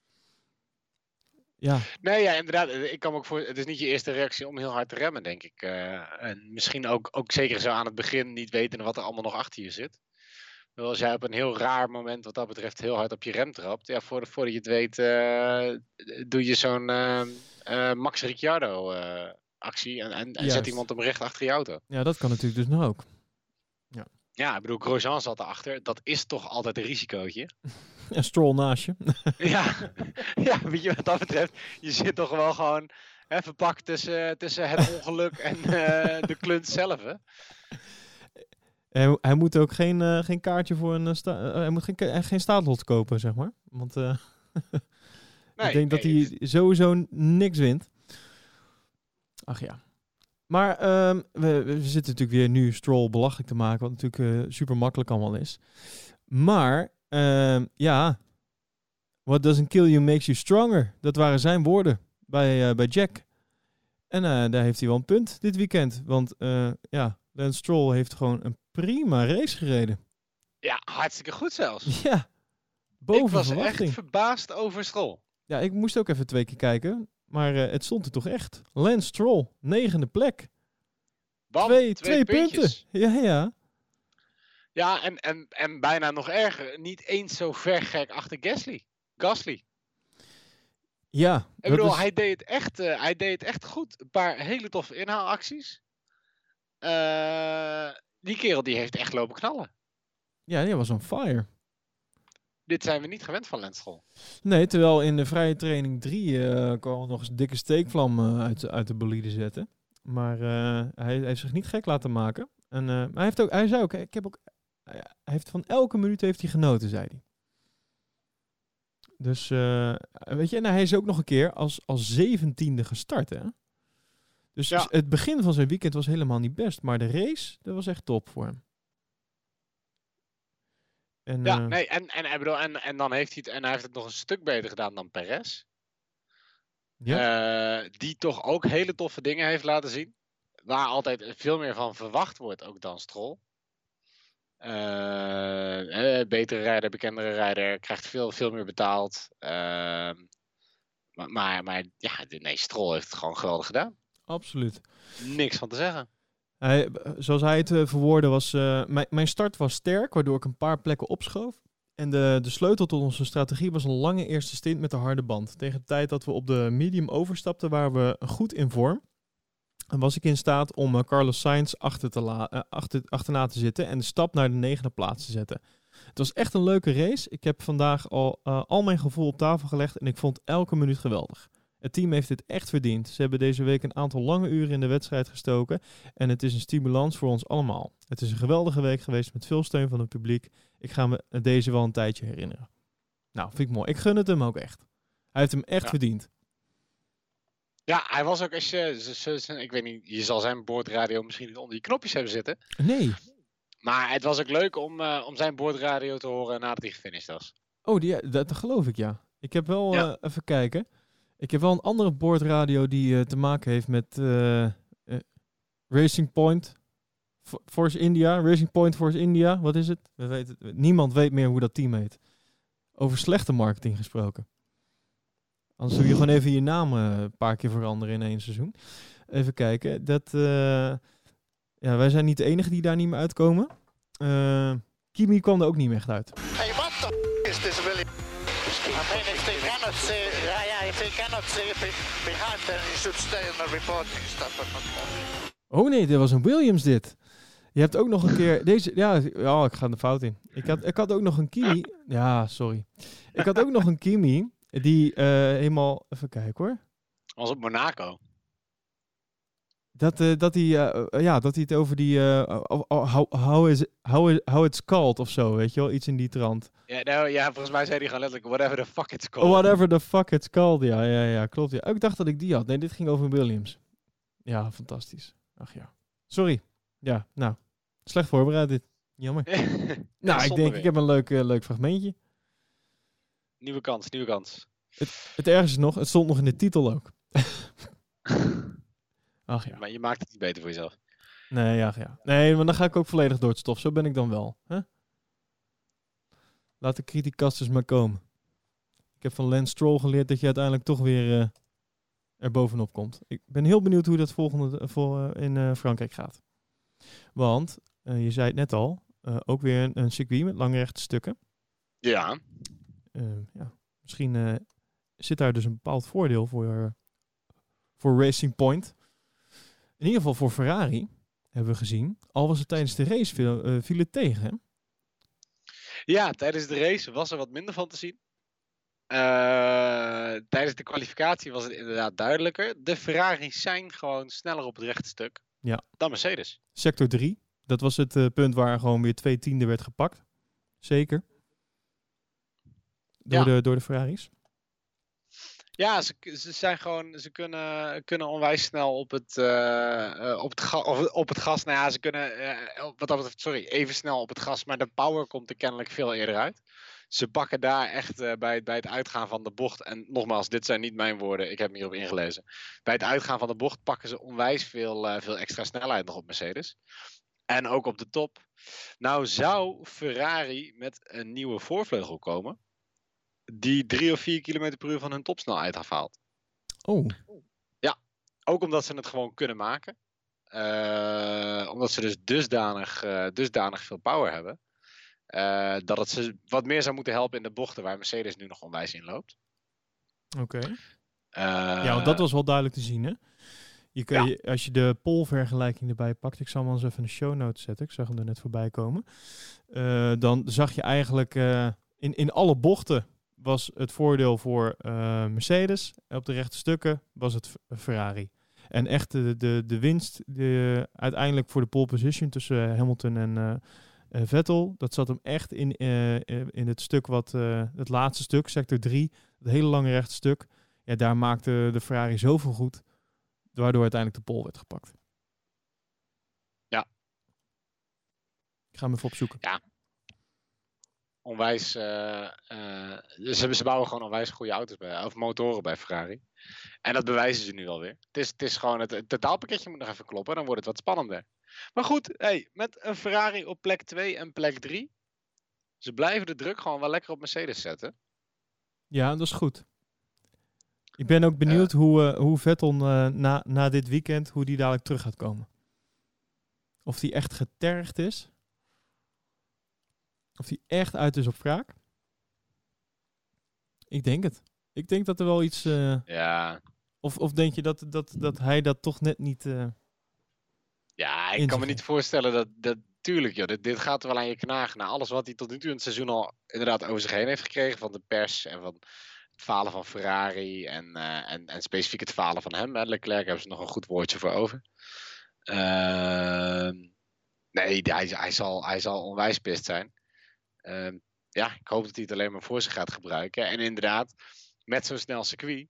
Speaker 1: Ja.
Speaker 2: Nee, ja, inderdaad. Ik kan me ook voor. Het is niet je eerste reactie om heel hard te remmen, denk ik. Uh, en misschien ook, ook zeker zo aan het begin niet weten wat er allemaal nog achter je zit. Dus als jij op een heel raar moment, wat dat betreft, heel hard op je rem trapt. Ja, voordat, voordat je het weet, uh, doe je zo'n uh, uh, Max Ricciardo uh, actie. En, en, en zet iemand hem recht achter je auto.
Speaker 1: Ja, dat kan natuurlijk dus nog ook. Ja,
Speaker 2: ja ik bedoel, Grosjean zat erachter. Dat is toch altijd een risicootje.
Speaker 1: En Stroll naast je.
Speaker 2: ja. ja, weet je wat dat betreft. Je zit toch wel gewoon hè, verpakt tussen, tussen het ongeluk en uh, de klunt zelf, hè?
Speaker 1: Hij, hij moet ook geen, uh, geen kaartje voor een... Sta- uh, hij moet geen, geen staatlot kopen, zeg maar. Want uh, nee, ik denk nee, dat hij is... sowieso niks wint. Ach ja. Maar um, we, we zitten natuurlijk weer nu Stroll belachelijk te maken, wat natuurlijk uh, super makkelijk allemaal is. Maar, uh, ja, what doesn't kill you makes you stronger. Dat waren zijn woorden bij, uh, bij Jack. En uh, daar heeft hij wel een punt dit weekend. Want uh, ja, Lance Stroll heeft gewoon een prima race gereden.
Speaker 2: Ja, hartstikke goed zelfs.
Speaker 1: Ja, boven
Speaker 2: ik was
Speaker 1: verwachting.
Speaker 2: echt verbaasd over Stroll.
Speaker 1: Ja, ik moest ook even twee keer kijken. Maar uh, het stond er toch echt. Lance Stroll, negende plek.
Speaker 2: Bam,
Speaker 1: twee
Speaker 2: twee,
Speaker 1: twee punten. Ja, ja.
Speaker 2: Ja, en, en, en bijna nog erger. Niet eens zo ver gek achter Gasly. Gasly.
Speaker 1: Ja.
Speaker 2: Ik bedoel, is... hij, deed het echt, uh, hij deed het echt goed. Een paar hele toffe inhaalacties. Uh, die kerel die heeft echt lopen knallen.
Speaker 1: Ja, die was on fire.
Speaker 2: Dit zijn we niet gewend van Lance Stroll.
Speaker 1: Nee, terwijl in de vrije training drie uh, kwam nog eens een dikke steekvlam uh, uit, uit de bolide zetten. Maar uh, hij, hij heeft zich niet gek laten maken. En, uh, maar hij, heeft ook, hij zei ook, ik heb ook, hij heeft van elke minuut heeft hij genoten, zei hij. Dus, uh, weet je, en hij is ook nog een keer als, als zeventiende gestart, hè. Dus
Speaker 2: ja.
Speaker 1: het begin van zijn weekend was helemaal niet best. Maar de race, dat was echt top voor hem. En,
Speaker 2: ja,
Speaker 1: uh,
Speaker 2: nee, en, en, en, bedoel, en, en dan heeft hij het, en hij heeft het nog een stuk beter gedaan dan Perez. Ja. Uh, die toch ook hele toffe dingen heeft laten zien. Waar altijd veel meer van verwacht wordt, ook dan Stroll. Uh, eh, betere rijder, bekendere rijder, krijgt veel, veel meer betaald. Uh, maar, maar, maar ja, nee, Stroll heeft het gewoon geweldig gedaan.
Speaker 1: Absoluut.
Speaker 2: Niks van te zeggen.
Speaker 1: Hij, zoals hij het uh, verwoordde was, uh, mijn, mijn start was sterk, waardoor ik een paar plekken opschoof. En de, de sleutel tot onze strategie was een lange eerste stint met de harde band. Tegen de tijd dat we op de medium overstapten, waren we goed in vorm. En was ik in staat om uh, Carlos Sainz achter te la- uh, achter, achterna te zitten en de stap naar de negende plaats te zetten. Het was echt een leuke race. Ik heb vandaag al, uh, al mijn gevoel op tafel gelegd en ik vond elke minuut geweldig. Het team heeft dit echt verdiend. Ze hebben deze week een aantal lange uren in de wedstrijd gestoken en het is een stimulans voor ons allemaal. Het is een geweldige week geweest met veel steun van het publiek. Ik ga me deze wel een tijdje herinneren. Nou, vind ik mooi. Ik gun het hem ook echt. Hij heeft hem echt
Speaker 2: ja.
Speaker 1: verdiend.
Speaker 2: Ja, hij was ook, als je, z- z- ik weet niet, je zal zijn boordradio misschien niet onder die knopjes hebben zitten.
Speaker 1: Nee.
Speaker 2: Maar het was ook leuk om, uh, om zijn boordradio te horen nadat hij gefinished was.
Speaker 1: Oh, die, dat, dat geloof ik, ja. Ik heb wel,
Speaker 2: ja.
Speaker 1: uh, even kijken. Ik heb wel een andere boordradio die uh, te maken heeft met uh, uh, Racing Point Force India. Racing Point Force India, wat is het? We weten het? Niemand weet meer hoe dat team heet. Over slechte marketing gesproken. Anders doe je gewoon even je naam uh, een paar keer veranderen in één seizoen. Even kijken. Dat, uh, ja, wij zijn niet de enige die daar niet meer uitkomen. Uh, Kimi kwam er ook niet meer echt uit.
Speaker 5: Hey, what the f*** is this William? I mean, if they cannot see, yeah, yeah, if they cannot see behind, then you should stay on the reporting stuff. But not
Speaker 1: oh nee, dit was een Williams dit. Je hebt ook nog een keer deze. Ja, ja, ik ga de fout in. Ik had, ik had ook nog een Kimi. Ja, sorry. Ik had ook nog een Kimi. Die uh, helemaal... Even kijken hoor.
Speaker 2: Was op Monaco.
Speaker 1: Dat, uh, dat, hij, uh, ja, dat hij het over die... Uh, how, how, is, how, is, how it's called of zo, weet je wel? Iets in die trant.
Speaker 2: Ja, nou, ja, volgens mij zei hij gewoon letterlijk whatever the fuck it's called.
Speaker 1: Oh, whatever the fuck it's called. Ja, ja, ja, klopt. Ja. Ik dacht dat ik die had. Nee, dit ging over Williams. Ja, fantastisch. Ach ja. Sorry. Ja, nou. Slecht voorbereid dit. Jammer. nou, ik denk, weer. ik heb een leuk, uh, leuk fragmentje.
Speaker 2: Nieuwe kans, nieuwe kans.
Speaker 1: Het, het ergste is nog, het stond nog in de titel ook. Ach ja.
Speaker 2: Maar je maakt het niet beter voor jezelf.
Speaker 1: Nee, ja, ja. Nee, maar dan ga ik ook volledig door het stof. Zo ben ik dan wel. Hè? Laat de criticasters maar komen. Ik heb van Lance Stroll geleerd dat je uiteindelijk toch weer uh, er bovenop komt. Ik ben heel benieuwd hoe dat volgende voor, uh, in uh, Frankrijk gaat. Want, uh, je zei het net al, uh, ook weer een, een circuit met lange rechte stukken.
Speaker 2: Ja.
Speaker 1: Uh, ja. Misschien uh, zit daar dus een bepaald voordeel voor, uh, voor Racing Point. In ieder geval voor Ferrari, hebben we gezien. Al was het tijdens de race viel, uh, viel het tegen, hè?
Speaker 2: Ja, tijdens de race was er wat minder van te zien. Uh, tijdens de kwalificatie was het inderdaad duidelijker. De Ferraris zijn gewoon sneller op het rechte stuk
Speaker 1: ja.
Speaker 2: dan Mercedes.
Speaker 1: Sector drie, dat was het uh, punt waar gewoon weer twee tiende werd gepakt. Zeker. Door, ja. de, door de Ferraris.
Speaker 2: Ja, ze, ze zijn gewoon, ze kunnen, kunnen onwijs snel op het, uh, uh, op, het ga, of, op het gas. Nou ja, ze kunnen, uh, wat dat betreft, sorry, even snel op het gas, maar de power komt er kennelijk veel eerder uit. Ze pakken daar echt uh, bij, bij het uitgaan van de bocht, en nogmaals, dit zijn niet mijn woorden, ik heb me hierop ingelezen. Bij het uitgaan van de bocht pakken ze onwijs veel, uh, veel extra snelheid nog op Mercedes. En ook op de top. Nou zou Ferrari met een nieuwe voorvleugel komen, die drie of vier kilometer per uur van hun topsnelheid afhaalt.
Speaker 1: Oh.
Speaker 2: Ja, ook omdat ze het gewoon kunnen maken. Uh, omdat ze dus dusdanig, uh, dusdanig veel power hebben. Uh, dat het ze wat meer zou moeten helpen in de bochten waar Mercedes nu nog onwijs in loopt.
Speaker 1: Oké. Okay.
Speaker 2: Uh,
Speaker 1: ja, want dat was wel duidelijk te zien, hè? Je kan
Speaker 2: ja.
Speaker 1: je, als je de pole-vergelijking erbij pakt, ik zal hem eens even in de show notes zetten, ik zag hem er net voorbij komen. Uh, dan zag je eigenlijk uh, in, in alle bochten was het voordeel voor uh, Mercedes. Op de rechte stukken was het Ferrari. En echt de, de, de winst de, uiteindelijk voor de pole position tussen Hamilton en uh, uh, Vettel. Dat zat hem echt in, uh, in het stuk wat, uh, het laatste stuk, sector drie. Het hele lange rechte stuk. Ja, daar maakte de Ferrari zoveel goed, waardoor uiteindelijk de pole werd gepakt.
Speaker 2: Ja.
Speaker 1: Ik ga hem even opzoeken.
Speaker 2: Ja. Onwijs, uh, uh, ze, ze bouwen gewoon onwijs goede auto's bij, of motoren bij Ferrari. En dat bewijzen ze nu alweer. Het is, het is gewoon, het, het totaalpakketje moet nog even kloppen, dan wordt het wat spannender. Maar goed, hey, met een Ferrari op plek twee en plek drie, ze blijven de druk gewoon wel lekker op Mercedes zetten.
Speaker 1: Ja, dat is goed. Ik ben ook benieuwd uh, hoe, uh, hoe Vettel uh, na, na dit weekend, hoe die dadelijk terug gaat komen. Of die echt getergd is. Of die echt uit is op wraak? Ik denk het. Ik denk dat er wel iets... Uh,
Speaker 2: ja.
Speaker 1: Of, of denk je dat, dat, dat hij dat toch net niet... Uh,
Speaker 2: ja, ik kan me niet voorstellen dat... dat tuurlijk, joh, dit, dit gaat wel aan je knagen. Na alles wat hij tot nu toe in het seizoen al inderdaad over zich heen heeft gekregen. Van de pers en van het falen van Ferrari. En, uh, en, en specifiek het falen van hem. Hè. Leclerc hebben ze nog een goed woordje voor over. Uh, nee, hij, hij, zal, hij zal onwijs pist zijn. Uh, ja, ik hoop dat hij het alleen maar voor zich gaat gebruiken. En inderdaad, met zo'n snel circuit.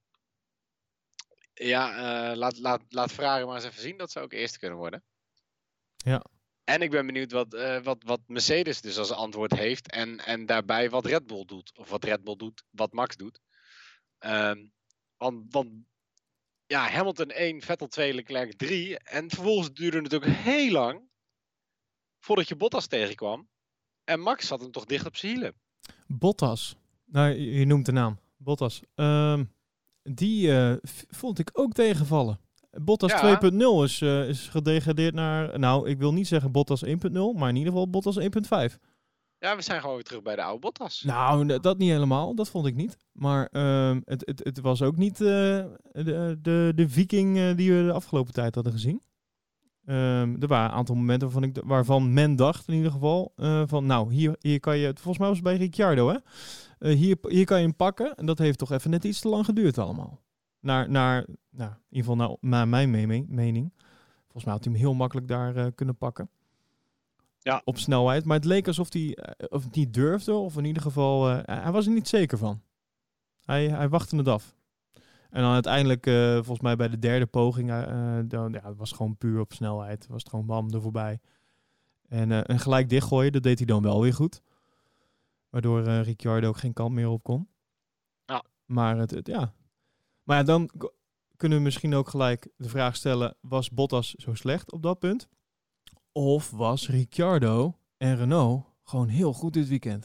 Speaker 2: Ja, uh, laat, laat, laat Ferrari maar eens even zien dat ze ook eerste kunnen worden.
Speaker 1: Ja.
Speaker 2: En ik ben benieuwd wat, uh, wat, wat Mercedes dus als antwoord heeft. En, en daarbij wat Red Bull doet. Of wat Red Bull doet, wat Max doet. Um, want, want ja, Hamilton één, Vettel twee, Leclerc drie. En vervolgens duurde het natuurlijk heel lang voordat je Bottas tegenkwam. En Max zat hem toch dicht op zijn hielen.
Speaker 1: Bottas. Nou, je, je noemt de naam. Bottas. Um, die uh, v- vond ik ook tegenvallen. Bottas ja. twee punt nul is, uh, is gedegradeerd naar... Nou, ik wil niet zeggen Bottas één punt nul, maar in ieder geval Bottas één punt vijf.
Speaker 2: Ja, we zijn gewoon weer terug bij de oude Bottas.
Speaker 1: Nou, dat niet helemaal. Dat vond ik niet. Maar um, het, het, het was ook niet uh, de, de, de viking uh, die we de afgelopen tijd hadden gezien. Um, er waren een aantal momenten waarvan, ik, waarvan men dacht in ieder geval uh, van nou, hier, hier kan je... Volgens mij was het bij Ricciardo, hè? Uh, hier, hier kan je hem pakken. En dat heeft toch even net iets te lang geduurd allemaal. Naar, naar nou, in ieder geval naar, naar mijn me- mening. Volgens mij had hij hem heel makkelijk daar uh, kunnen pakken.
Speaker 2: Ja.
Speaker 1: Op snelheid. Maar het leek alsof hij uh, of het niet durfde. Of in ieder geval, uh, hij was er niet zeker van. Hij, hij wachtte het af. En dan uiteindelijk, uh, volgens mij bij de derde poging, uh, dan, ja, het was gewoon puur op snelheid. Was het gewoon bam, er voorbij. En, uh, en gelijk dichtgooien, dat deed hij dan wel weer goed. Waardoor uh, Ricciardo ook geen kant meer op kon.
Speaker 2: Ja.
Speaker 1: Maar het, het, ja... Maar ja, dan k- kunnen we misschien ook gelijk de vraag stellen, was Bottas zo slecht op dat punt? Of was Ricciardo en Renault gewoon heel goed dit weekend?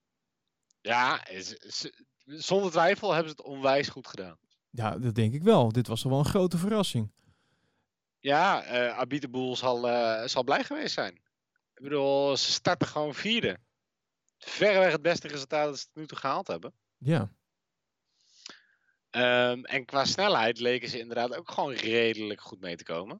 Speaker 2: Ja, is, is, zonder twijfel hebben ze het onwijs goed gedaan.
Speaker 1: Ja, dat denk ik wel. Dit was wel een grote verrassing.
Speaker 2: Ja, uh, Abiteboel zal, uh, zal blij geweest zijn. Ik bedoel, ze starten gewoon vierde. Verreweg het beste resultaat dat ze tot nu toe gehaald hebben.
Speaker 1: Ja.
Speaker 2: Um, en qua snelheid leken ze inderdaad ook gewoon redelijk goed mee te komen.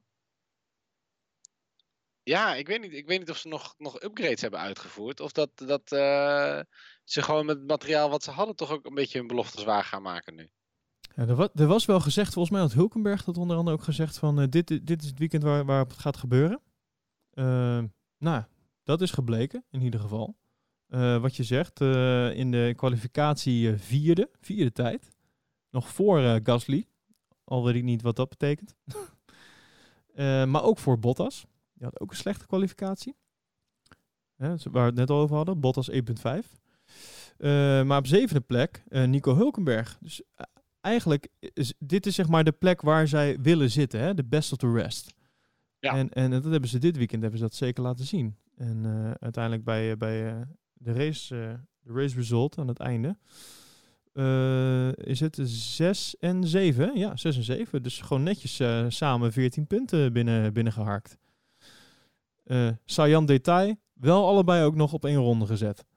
Speaker 2: Ja, ik weet niet, ik weet niet of ze nog, nog upgrades hebben uitgevoerd. Of dat, dat uh, ze gewoon met het materiaal wat ze hadden toch ook een beetje hun beloftes waar gaan maken nu.
Speaker 1: Ja, er, wa- er was wel gezegd, volgens mij had Hulkenberg dat onder andere ook gezegd van uh, dit, dit is het weekend waar, waar het gaat gebeuren. Uh, nou, dat is gebleken in ieder geval. Uh, wat je zegt, uh, in de kwalificatie uh, vierde, vierde tijd. Nog voor uh, Gasly. Al weet ik niet wat dat betekent. uh, maar ook voor Bottas. Die had ook een slechte kwalificatie. Ja, waar we het net al over hadden. Bottas één punt vijf. Uh, maar op zevende plek uh, Nico Hülkenberg. Dus uh, eigenlijk is dit is zeg maar de plek waar zij willen zitten. Hè? De best of the rest.
Speaker 2: Ja.
Speaker 1: En, en dat hebben ze dit weekend hebben ze dat zeker laten zien. En uh, uiteindelijk bij, uh, bij uh, de race, uh, de race result aan het einde uh, is het zes en zeven. Ja, zes en zeven. Dus gewoon netjes uh, samen veertien punten binnen, binnengeharkt. Uh, Sayan Detail, wel allebei ook nog op één ronde gezet.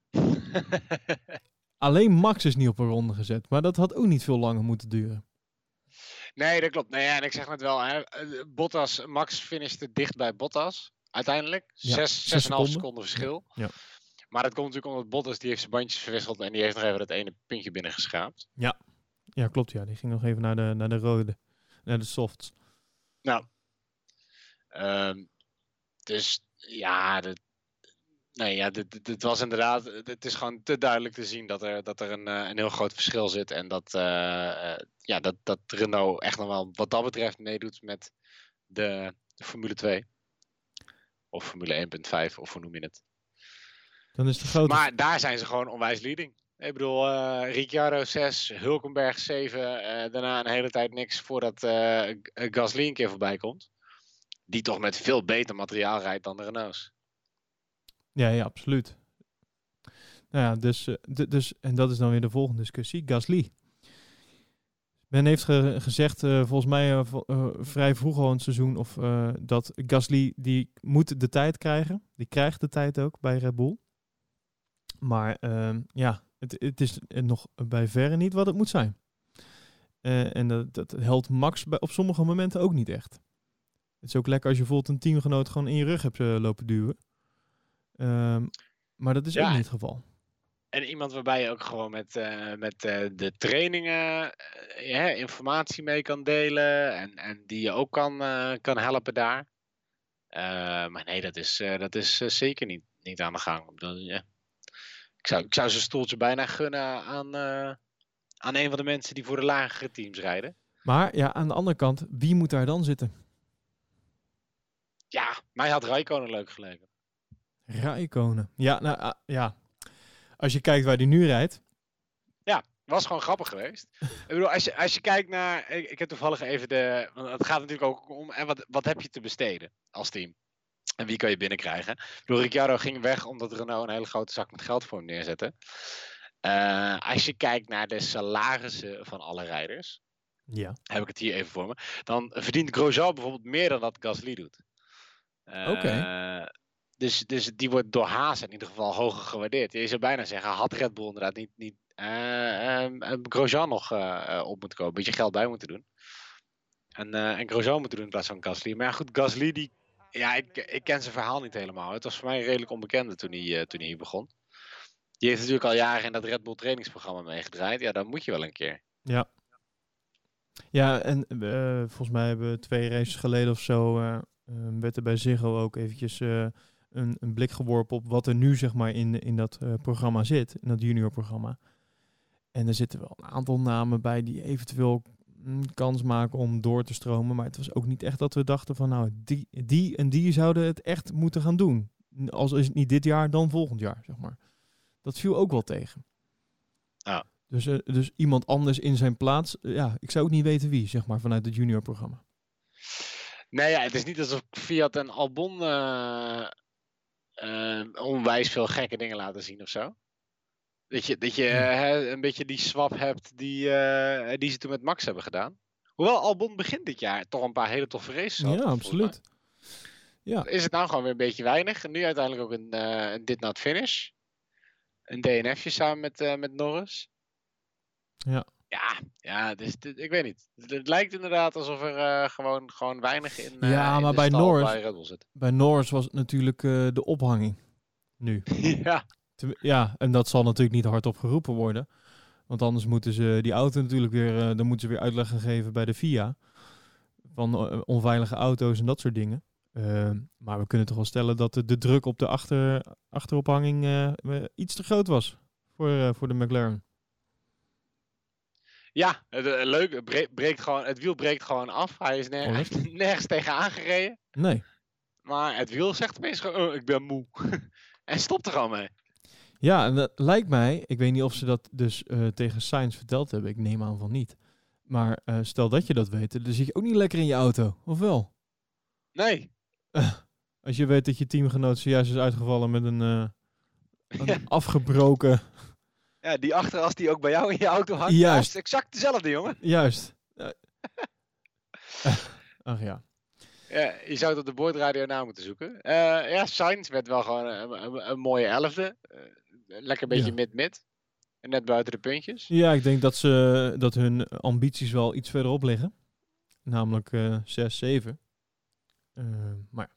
Speaker 1: Alleen Max is niet op een ronde gezet. Maar dat had ook niet veel langer moeten duren.
Speaker 2: Nee, dat klopt. Nee, ja, en ik zeg net wel, hè, Bottas, Max finishte dicht bij Bottas. Uiteindelijk.
Speaker 1: Ja,
Speaker 2: zes, zes en een half seconden verschil.
Speaker 1: Ja. Ja.
Speaker 2: Maar dat komt natuurlijk omdat Bottas, die heeft zijn bandjes verwisseld en die heeft nog even dat ene puntje binnengeschraapt.
Speaker 1: Ja, ja klopt. Ja. Die ging nog even naar de, naar de rode. Naar de softs.
Speaker 2: Nou. Um, dus ja, de, nee, ja dit, dit was inderdaad, het is gewoon te duidelijk te zien dat er, dat er een, een heel groot verschil zit. En dat, uh, uh, ja, dat, dat Renault echt nog wel wat dat betreft meedoet met de, de Formule twee. Of Formule één punt vijf, of hoe noem je het.
Speaker 1: Dan is de grote...
Speaker 2: Maar daar zijn ze gewoon onwijs leading. Ik bedoel, uh, Ricciardo zes, Hülkenberg zeven, uh, daarna een hele tijd niks voordat uh, Gasly een keer voorbij komt. Die toch met veel beter materiaal rijdt dan de Renaults.
Speaker 1: Ja, ja, absoluut. Nou ja, dus, uh, d- dus, en dat is dan weer de volgende discussie. Gasly. Men heeft ge- gezegd, uh, volgens mij uh, v- uh, vrij vroeg al in het seizoen, of, uh, dat Gasly, die moet de tijd krijgen. Die krijgt de tijd ook bij Red Bull. Maar uh, ja, het, het is nog bij verre niet wat het moet zijn. Uh, en dat, dat helpt Max bij, op sommige momenten ook niet echt. Het is ook lekker als je bijvoorbeeld een teamgenoot gewoon in je rug hebt uh, lopen duwen. Um, maar dat is ja. ook niet het geval.
Speaker 2: En iemand waarbij je ook gewoon met, uh, met uh, de trainingen uh, ja, informatie mee kan delen. En, en die je ook kan, uh, kan helpen daar. Uh, maar nee, dat is, uh, dat is uh, zeker niet, niet aan de gang. Dat, ja. ik, zou, ik zou zijn stoeltje bijna gunnen aan, uh, aan een van de mensen die voor de lagere teams rijden.
Speaker 1: Maar ja, aan de andere kant, wie moet daar dan zitten?
Speaker 2: Ja, mij had Räikkönen leuk geleken.
Speaker 1: Räikkönen. Ja, nou uh, ja. Als je kijkt waar hij nu rijdt.
Speaker 2: Ja, was gewoon grappig geweest. Ik bedoel, als je, als je kijkt naar... Ik, ik heb toevallig even de... Want het gaat natuurlijk ook om... En wat, wat heb je te besteden als team? En wie kan je binnenkrijgen? Ik bedoel, Ricciardo ging weg omdat Renault een hele grote zak met geld voor hem neerzette. Uh, als je kijkt naar de salarissen van alle rijders.
Speaker 1: Ja.
Speaker 2: Heb ik het hier even voor me. Dan verdient Grosjean bijvoorbeeld meer dan dat Gasly doet. Uh,
Speaker 1: Oké. Okay.
Speaker 2: Dus, dus die wordt door Haas in ieder geval hoger gewaardeerd. Je zou bijna zeggen, had Red Bull inderdaad niet, niet uh, uh, Grosjean nog uh, op moeten komen. Een beetje geld bij moeten doen. En, uh, en Grosjean moeten doen in plaats van Gasly. Maar ja, goed, Gasly, die, ja, ik, ik ken zijn verhaal niet helemaal. Het was voor mij redelijk onbekende toen hij, uh, toen hij hier begon. Die heeft natuurlijk al jaren in dat Red Bull trainingsprogramma meegedraaid. Ja, dan moet je wel een keer.
Speaker 1: Ja. Ja, en uh, volgens mij hebben we twee races geleden of zo... Uh, uh, werd er bij Ziggo ook eventjes... Uh, Een, een blik geworpen op wat er nu zeg maar in, in dat uh, programma zit, in dat juniorprogramma. En er zitten wel een aantal namen bij die eventueel mm, kans maken om door te stromen. Maar het was ook niet echt dat we dachten van nou, die, die en die zouden het echt moeten gaan doen. Als is het niet dit jaar, dan volgend jaar, zeg maar. Dat viel ook wel tegen.
Speaker 2: Ja.
Speaker 1: Dus, uh, dus iemand anders in zijn plaats, uh, ja, ik zou ook niet weten wie, zeg maar, vanuit het juniorprogramma.
Speaker 2: Nee, ja, het is niet alsof Fiat en Albon... Uh... Uh, onwijs veel gekke dingen laten zien of zo. Dat je, dat je uh, een beetje die swap hebt die, uh, die ze toen met Max hebben gedaan. Hoewel Albon begint dit jaar toch een paar hele toffe races had.
Speaker 1: Ja, absoluut. Ja.
Speaker 2: Is het nou gewoon weer een beetje weinig. En nu uiteindelijk ook een, uh, een did not finish. Een D N F'je samen met, uh, met Norris.
Speaker 1: Ja.
Speaker 2: Ja, ja dus, dit, ik weet niet. Het, het lijkt inderdaad alsof er uh, gewoon, gewoon weinig in, uh,
Speaker 1: ja,
Speaker 2: in
Speaker 1: maar
Speaker 2: de
Speaker 1: bij
Speaker 2: stal
Speaker 1: Norris,
Speaker 2: bij Red Bull zit.
Speaker 1: Bij Norris was het natuurlijk uh, de ophanging. Nu.
Speaker 2: Ja.
Speaker 1: Ja, en dat zal natuurlijk niet hardop geroepen worden. Want anders moeten ze die auto natuurlijk weer... Uh, dan moeten ze weer uitleg gaan geven bij de F I A. Van uh, onveilige auto's en dat soort dingen. Uh, maar we kunnen toch wel stellen dat de, de druk op de achter, achterophanging uh, iets te groot was. Voor, uh, voor de McLaren.
Speaker 2: Ja, het, uh, leuk. Het, bre- breekt gewoon, het wiel breekt gewoon af. Hij is ner-
Speaker 1: Oh,
Speaker 2: hij heeft nergens tegen aangereden.
Speaker 1: Nee.
Speaker 2: Maar het wiel zegt opeens gewoon, oh, ik ben moe. En stopt er gewoon mee.
Speaker 1: Ja, en dat lijkt mij, ik weet niet of ze dat dus uh, tegen Sainz verteld hebben. Ik neem aan van niet. Maar uh, stel dat je dat weet, dan zit je ook niet lekker in je auto, of wel?
Speaker 2: Nee.
Speaker 1: Uh, als je weet dat je teamgenoot zojuist is uitgevallen met een, uh, een
Speaker 2: ja.
Speaker 1: afgebroken...
Speaker 2: Ja, die achteras die ook bij jou in je auto had.
Speaker 1: Juist.
Speaker 2: Ja, exact dezelfde, jongen.
Speaker 1: Juist. Uh, Ach ja.
Speaker 2: Ja, je zou het op de boordradio na moeten zoeken. Uh, ja, Sainz werd wel gewoon een, een, een mooie elfde. Uh, lekker een beetje
Speaker 1: Ja.
Speaker 2: mid-mid. Net buiten de puntjes.
Speaker 1: Ja, ik denk dat, ze, dat hun ambities wel iets verderop liggen. Namelijk uh, zes, zeven. Uh, maar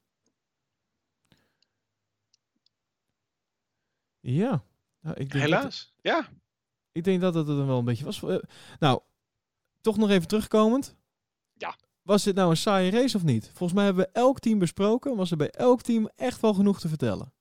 Speaker 1: ja. Nou, ik denk
Speaker 2: Helaas,
Speaker 1: dat,
Speaker 2: ja.
Speaker 1: Ik denk dat het er wel een beetje was. Uh, nou, toch nog even terugkomend.
Speaker 2: Ja.
Speaker 1: Was dit nou een saaie race of niet? Volgens mij hebben we elk team besproken. Was er bij elk team echt wel genoeg te vertellen.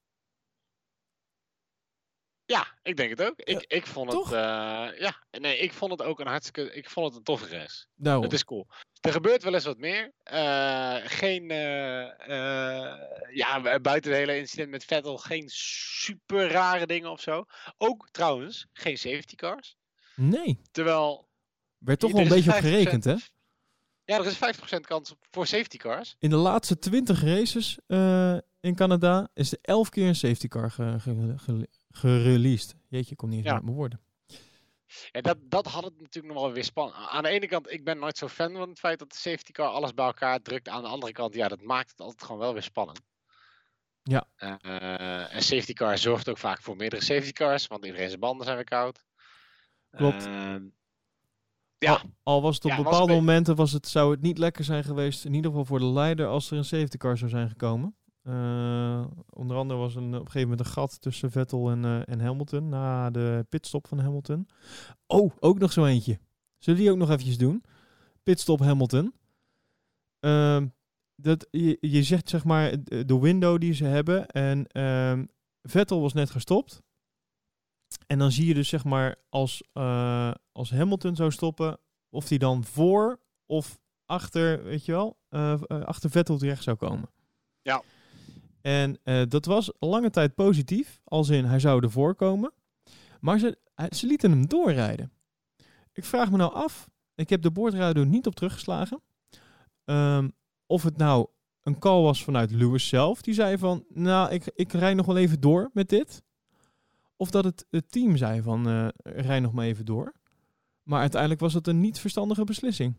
Speaker 2: Ja, ik denk het ook. Ik,
Speaker 1: Ja,
Speaker 2: ik vond
Speaker 1: toch?
Speaker 2: het, uh, ja, nee, ik vond het ook een hartstikke, ik vond het een toffe race.
Speaker 1: Daarom.
Speaker 2: Het is cool. Er gebeurt wel eens wat meer. Uh, geen, uh, uh, ja, buiten het hele incident met Vettel, geen super rare dingen of zo. Ook trouwens, geen safety cars.
Speaker 1: Nee.
Speaker 2: Terwijl...
Speaker 1: Werd toch wel een beetje op gerekend, hè?
Speaker 2: Ja, er is vijftig procent kans voor safety cars.
Speaker 1: In de laatste twintig races uh, in Canada is er elf keer een safety car ge- ge- ge- gereleased. Jeetje, ik kom niet eens
Speaker 2: ja.
Speaker 1: uit mijn woorden.
Speaker 2: Ja, dat, dat had het natuurlijk nog wel weer spannend. Aan de ene kant, ik ben nooit zo fan van het feit dat de safety car alles bij elkaar drukt. Aan de andere kant, ja, dat maakt het altijd gewoon wel weer spannend.
Speaker 1: Ja.
Speaker 2: Uh, en safety car zorgt ook vaak voor meerdere safety cars, want iedereen zijn banden zijn weer koud.
Speaker 1: Klopt.
Speaker 2: Uh, ja.
Speaker 1: Al, al was het op
Speaker 2: ja,
Speaker 1: bepaalde
Speaker 2: was het...
Speaker 1: momenten was het, zou het niet lekker zijn geweest, in ieder geval voor de leider, als er een safety car zou zijn gekomen. Uh, onder andere was een, op een gegeven moment een gat tussen Vettel en, uh, en Hamilton na de pitstop van Hamilton. Oh, ook nog zo eentje. Zullen die ook nog eventjes doen? Pitstop Hamilton. Uh, dat, je, je zegt zeg maar de window die ze hebben en uh, Vettel was net gestopt. En dan zie je dus zeg maar als, uh, als Hamilton zou stoppen, of die dan voor of achter, weet je wel, uh, uh, achter Vettel terecht zou komen.
Speaker 2: Ja.
Speaker 1: En uh, dat was lange tijd positief, als in hij zou ervoor komen. Maar ze, ze lieten hem doorrijden. Ik vraag me nou af, ik heb de boordradio niet op teruggeslagen, um, of het nou een call was vanuit Lewis zelf, die zei van, nou, ik, ik rij nog wel even door met dit. Of dat het, het team zei van, uh, rij nog maar even door. Maar uiteindelijk was het een niet verstandige beslissing.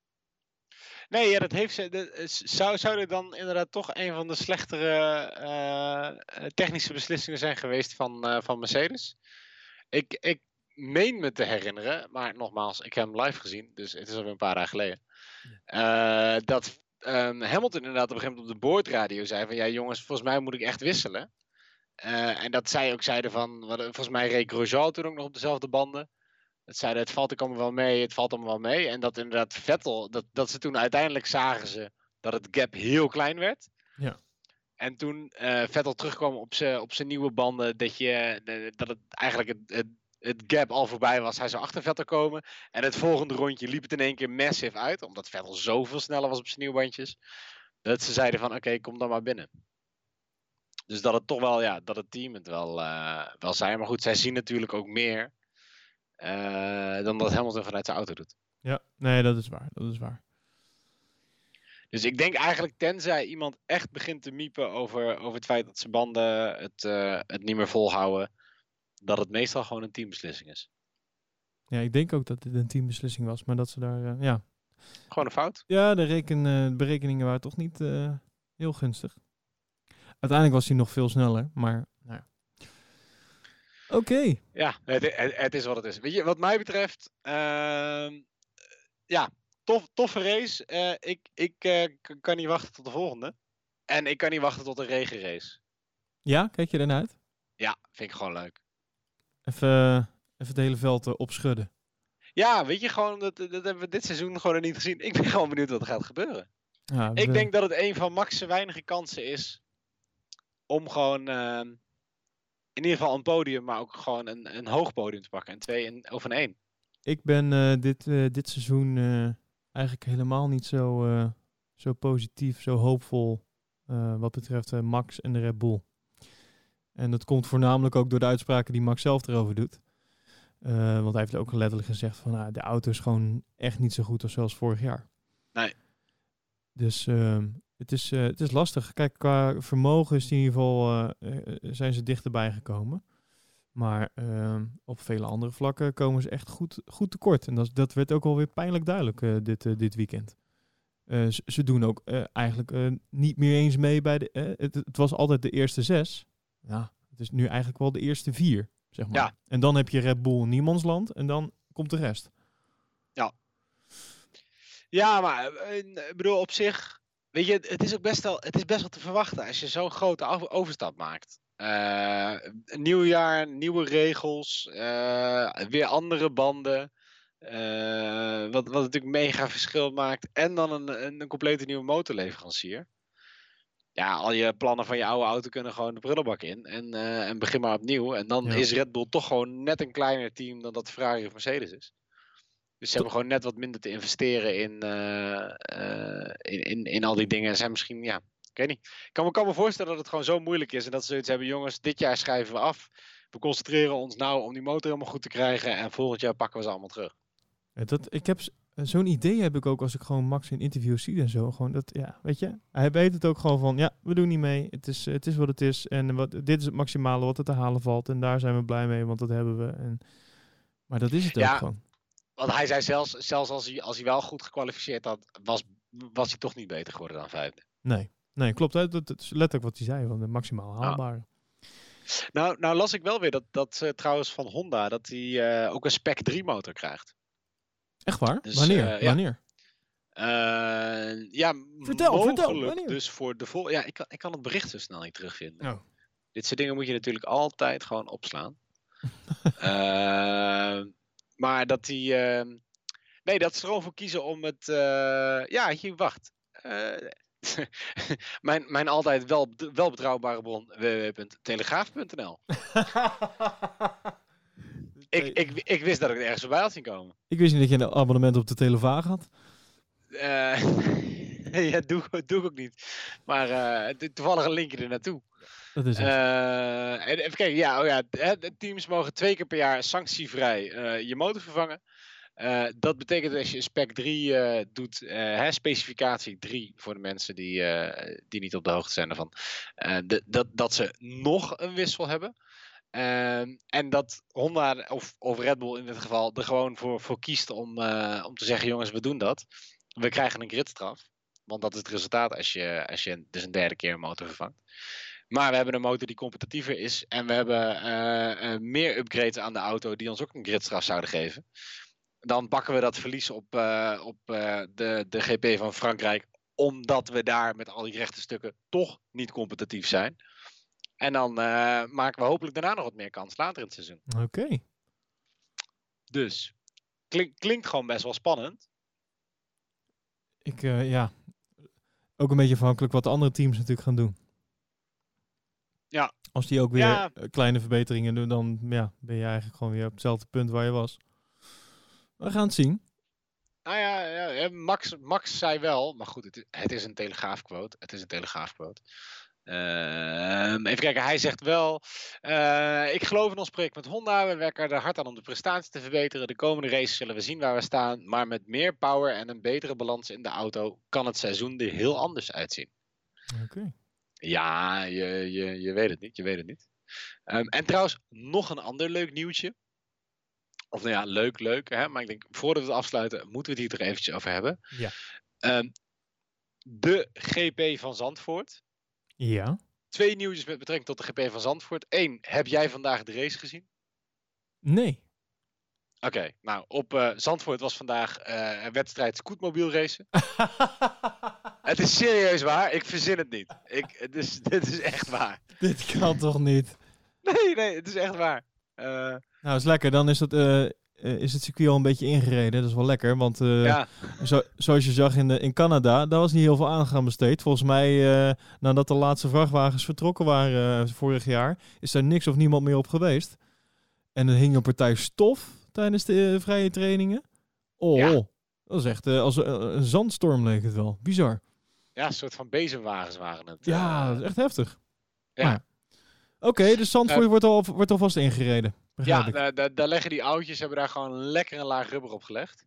Speaker 2: Nee, ja, dat heeft ze. Dat, zou, zou dit dan inderdaad toch een van de slechtere uh, technische beslissingen zijn geweest van, uh, van Mercedes? Ik, ik meen me te herinneren, maar nogmaals, ik heb hem live gezien, dus het is alweer een paar dagen geleden. Uh, dat um, Hamilton inderdaad op een gegeven moment op de boordradio zei van, ja jongens, volgens mij moet ik echt wisselen. Uh, en dat zij ook zeiden van, wat, volgens mij reed Grosjean toen ook nog op dezelfde banden. Dat zeiden, het valt allemaal wel mee, het valt allemaal wel mee. En dat inderdaad Vettel, dat, dat ze toen uiteindelijk zagen ze dat het gap heel klein werd.
Speaker 1: Ja.
Speaker 2: En toen uh, Vettel terugkwam op zijn op zijn nieuwe banden, dat, je, uh, dat het eigenlijk het, het, het gap al voorbij was. Hij zou achter Vettel komen. En het volgende rondje liep het in één keer massive uit, omdat Vettel zoveel sneller was op zijn nieuwe bandjes. Dat ze zeiden van, oké, okay, kom dan maar binnen. Dus dat het toch wel, ja, dat het team het wel, uh, wel zei. Maar goed, zij zien natuurlijk ook meer uh, dan dat Hamilton vanuit zijn auto doet.
Speaker 1: Ja, nee, dat is waar. Dat is waar.
Speaker 2: Dus ik denk eigenlijk, tenzij iemand echt begint te miepen over, over het feit dat zijn banden het, uh, het niet meer volhouden, dat het meestal gewoon een teambeslissing is.
Speaker 1: Ja, ik denk ook dat dit een teambeslissing was, maar dat ze daar, uh, ja.
Speaker 2: Gewoon een fout?
Speaker 1: Ja, de reken, uh, berekeningen waren toch niet uh, heel gunstig. Uiteindelijk was hij nog veel sneller, maar nou ja. Oké. Okay.
Speaker 2: Ja, het, het, het is wat het is. Weet je, wat mij betreft, uh, ja, tof, toffe race. Uh, ik ik uh, k- kan niet wachten tot de volgende. En ik kan niet wachten tot een regenrace.
Speaker 1: Ja, kijk je ernaar uit?
Speaker 2: Ja, vind ik gewoon leuk.
Speaker 1: Even, uh, even het hele veld uh, opschudden.
Speaker 2: Ja, weet je, gewoon, dat, dat hebben we dit seizoen gewoon niet gezien. Ik ben gewoon benieuwd wat er gaat gebeuren.
Speaker 1: Ja,
Speaker 2: ik
Speaker 1: we...
Speaker 2: denk dat het een van Max' weinige kansen is om gewoon uh, in ieder geval een podium, maar ook gewoon een, een hoog podium te pakken. En twee in, of een één.
Speaker 1: ik ben uh, dit, uh, dit seizoen uh, eigenlijk helemaal niet zo, uh, zo positief, zo hoopvol uh, wat betreft uh, Max en de Red Bull. En dat komt voornamelijk ook door de uitspraken die Max zelf erover doet. Uh, want hij heeft ook letterlijk gezegd van uh, de auto is gewoon echt niet zo goed als zoals vorig jaar.
Speaker 2: Nee.
Speaker 1: Dus uh, het, is, uh, het is lastig. Kijk, qua vermogen is in ieder geval, uh, uh, zijn ze dichterbij gekomen. Maar uh, op vele andere vlakken komen ze echt goed, goed tekort. En dat, dat werd ook alweer pijnlijk duidelijk uh, dit, uh, dit weekend. Uh, ze, ze doen ook uh, eigenlijk uh, niet meer eens mee bij de... Uh, het, het was altijd de eerste zes. Ja, het is nu eigenlijk wel de eerste vier, zeg maar.
Speaker 2: Ja.
Speaker 1: En dan heb je Red Bull niemandsland en dan komt de rest.
Speaker 2: Ja. Ja, maar ik bedoel, op zich... Weet je, het is ook best wel, het is best wel te verwachten als je zo'n grote overstap maakt. Uh, een nieuw jaar, nieuwe regels, uh, weer andere banden. Uh, wat, wat natuurlijk mega verschil maakt. En dan een, een, een complete nieuwe motorleverancier. Ja, al je plannen van je oude auto kunnen gewoon de prullenbak in. En, uh, en begin maar opnieuw. En dan ja. is Red Bull toch gewoon net een kleiner team dan dat Ferrari of Mercedes is. Dus ze hebben gewoon net wat minder te investeren in, uh, uh, in, in, in al die dingen. En zijn misschien, ja, ik weet niet. Ik kan me, kan me voorstellen dat het gewoon zo moeilijk is. En dat ze zoiets hebben, jongens, dit jaar schrijven we af. We concentreren ons nou om die motor helemaal goed te krijgen. En volgend jaar pakken we ze allemaal terug.
Speaker 1: Ja, dat, ik heb zo'n idee heb ik ook als ik gewoon Max in interviews zie en zo. Gewoon dat, ja, weet je. Hij weet het ook gewoon van, ja, we doen niet mee. Het is, het is wat het is. En wat, dit is het maximale wat er te halen valt. En daar zijn we blij mee, want dat hebben we. En, maar dat is het
Speaker 2: ja.
Speaker 1: ook gewoon.
Speaker 2: Want hij zei zelfs, zelfs als, hij, als hij wel goed gekwalificeerd had, was, was hij toch niet beter geworden dan vijfde.
Speaker 1: Nee, nee klopt. Dat, dat is letterlijk wat hij zei, van de maximaal haalbare.
Speaker 2: Oh. Nou, nou las ik wel weer dat, dat uh, trouwens van Honda, dat hij uh, ook een spec drie motor krijgt.
Speaker 1: Echt waar?
Speaker 2: Dus,
Speaker 1: wanneer?
Speaker 2: Uh,
Speaker 1: wanneer?
Speaker 2: Ja, uh, ja
Speaker 1: vertel,
Speaker 2: mogelijk
Speaker 1: vertel, wanneer?
Speaker 2: Dus voor de vol. Ja, ik kan, ik kan het bericht zo snel niet terugvinden.
Speaker 1: Oh.
Speaker 2: Dit soort dingen moet je natuurlijk altijd gewoon opslaan. uh, Maar dat hij... Uh, nee, dat ze er gewoon voor kiezen om het... Uh, ja, hier, wacht. Uh, mijn, mijn altijd wel, wel betrouwbare bron, w w w punt telegraaf punt n l. ik, ik, ik wist dat ik er ergens voorbij had zien komen.
Speaker 1: Ik wist niet dat je een abonnement op de Televaag had.
Speaker 2: Uh, ja, doe, doe ik ook niet. Maar uh, toevallig een linkje er naartoe.
Speaker 1: Dat is het.
Speaker 2: Uh, en even kijken, ja, oh ja, de teams mogen twee keer per jaar sanctievrij uh, je motor vervangen. Uh, dat betekent dat als je spec drie uh, doet, uh, hè, specificatie drie voor de mensen die, uh, die niet op de hoogte zijn ervan, uh, de, dat, dat ze nog een wissel hebben. Uh, en dat Honda of, of Red Bull in dit geval er gewoon voor, voor kiest om, uh, om te zeggen, jongens, we doen dat. We krijgen een gridstraf, want dat is het resultaat als je, als je dus een derde keer een motor vervangt. Maar we hebben een motor die competitiever is. En we hebben uh, uh, meer upgrades aan de auto die ons ook een gridstraf zouden geven. Dan pakken we dat verlies op, uh, op uh, de, de G P van Frankrijk. Omdat we daar met al die rechte stukken toch niet competitief zijn. En dan uh, maken we hopelijk daarna nog wat meer kans later in het seizoen.
Speaker 1: Oké. Okay.
Speaker 2: Dus, klink, klinkt gewoon best wel spannend.
Speaker 1: Ik, uh, ja. Ook een beetje afhankelijk wat de andere teams natuurlijk gaan doen.
Speaker 2: Ja.
Speaker 1: Als die ook weer
Speaker 2: ja.
Speaker 1: kleine verbeteringen doen, dan ja, ben je eigenlijk gewoon weer op hetzelfde punt waar je was. We gaan het zien.
Speaker 2: Nou ja, ja Max, Max zei wel, maar goed, het is, het is een telegraafquote. Het is een telegraafquote. Uh, even kijken, hij zegt wel, uh, ik geloof in ons project met Honda. We werken er hard aan om de prestatie te verbeteren. De komende races zullen we zien waar we staan. Maar met meer power en een betere balans in de auto kan het seizoen er heel anders uitzien.
Speaker 1: Oké. Okay.
Speaker 2: Ja, je, je, je weet het niet. Je weet het niet. Um, en trouwens, nog een ander leuk nieuwtje. Of nou ja, leuk, leuk. Hè? Maar ik denk, voordat we het afsluiten, moeten we het hier toch eventjes over hebben.
Speaker 1: Ja.
Speaker 2: Um, de G P van Zandvoort.
Speaker 1: Ja.
Speaker 2: Twee nieuwtjes met betrekking tot de G P van Zandvoort. Eén, heb jij vandaag de race gezien?
Speaker 1: Nee.
Speaker 2: Oké, okay, nou, op uh, Zandvoort was vandaag uh, een wedstrijd scootmobiel racen. Het is serieus waar, ik verzin het niet. Ik, het is, dit is echt waar.
Speaker 1: Dit kan toch niet?
Speaker 2: Nee, nee, het is echt waar. Uh,
Speaker 1: nou, is lekker. Dan is, dat, uh, uh, is het circuit al een beetje ingereden. Dat is wel lekker, want uh, ja. zo, zoals je zag in, de, in Canada, daar was niet heel veel aandacht aan besteed. Volgens mij, uh, nadat de laatste vrachtwagens vertrokken waren uh, vorig jaar, is daar niks of niemand meer op geweest. En er hing een partij stof tijdens de uh, vrije trainingen. Oh,
Speaker 2: Ja.
Speaker 1: dat is echt uh, als uh, een zandstorm leek het wel. Bizar.
Speaker 2: Ja, een soort van bezemwagens waren het.
Speaker 1: Ja,
Speaker 2: uh,
Speaker 1: dat is echt heftig.
Speaker 2: Ja.
Speaker 1: Maar, Oké, okay, dus Zandvoort
Speaker 2: Uh,
Speaker 1: wordt, al, wordt alvast ingereden.
Speaker 2: Ja, daar, daar, daar leggen die oudjes, hebben daar gewoon lekker een laag rubber op gelegd.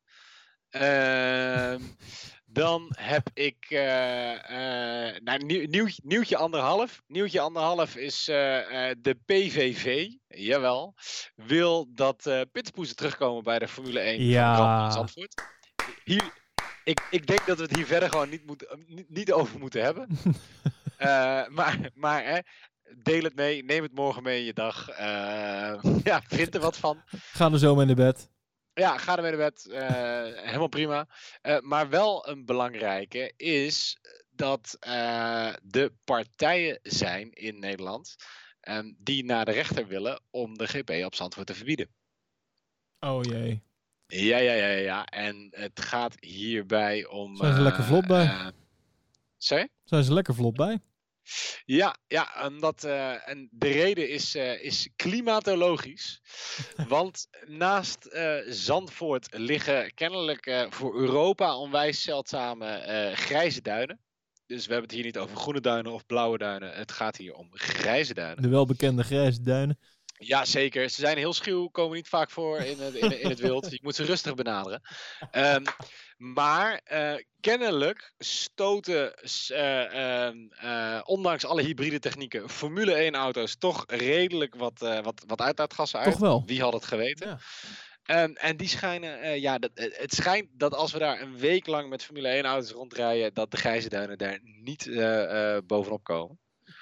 Speaker 2: Uh, dan heb ik uh, uh, nou, nieuw, nieuw, nieuwtje anderhalf. Nieuwtje anderhalf is uh, uh, de P V V, jawel, wil dat uh, pitpoezen terugkomen bij de Formule één
Speaker 1: ja.
Speaker 2: van Grand Prix Zandvoort. Hier, ik, ik denk dat we het hier verder gewoon niet, moet, niet, niet over moeten hebben. uh, maar maar hè, deel het mee, neem het morgen mee in je dag. Uh, ja, vind er wat van.
Speaker 1: Ga er zo mee naar bed.
Speaker 2: Ja, ga ermee naar bed. Uh, helemaal prima. Uh, maar wel een belangrijke is dat uh, de partijen zijn in Nederland um, die naar de rechter willen om de G P op Zandvoort te verbieden.
Speaker 1: Oh jee.
Speaker 2: Ja, ja, ja, ja. En het gaat hierbij om...
Speaker 1: Zijn ze
Speaker 2: uh,
Speaker 1: lekker vlot bij?
Speaker 2: Uh, sorry?
Speaker 1: Zijn ze lekker vlot bij?
Speaker 2: Ja, ja omdat, uh, en de reden is, uh, is klimatologisch. Want naast uh, Zandvoort liggen kennelijk uh, voor Europa onwijs zeldzame uh, grijze duinen. Dus we hebben het hier niet over groene duinen of blauwe duinen. Het gaat hier om grijze duinen.
Speaker 1: De welbekende grijze duinen.
Speaker 2: Ja, zeker. Ze zijn heel schuw, komen niet vaak voor in het, in, in het wild. Je moet ze rustig benaderen. Um, maar uh, kennelijk stoten, uh, uh, uh, ondanks alle hybride technieken, Formule één auto's toch redelijk wat, uh, wat, wat uitlaatgassen uit.
Speaker 1: Toch wel.
Speaker 2: Wie had het geweten?
Speaker 1: Ja.
Speaker 2: Um, en die schijnen, uh, ja, dat, het schijnt dat als we daar een week lang met Formule één auto's rondrijden, dat de grijze duinen daar niet uh, uh, bovenop komen.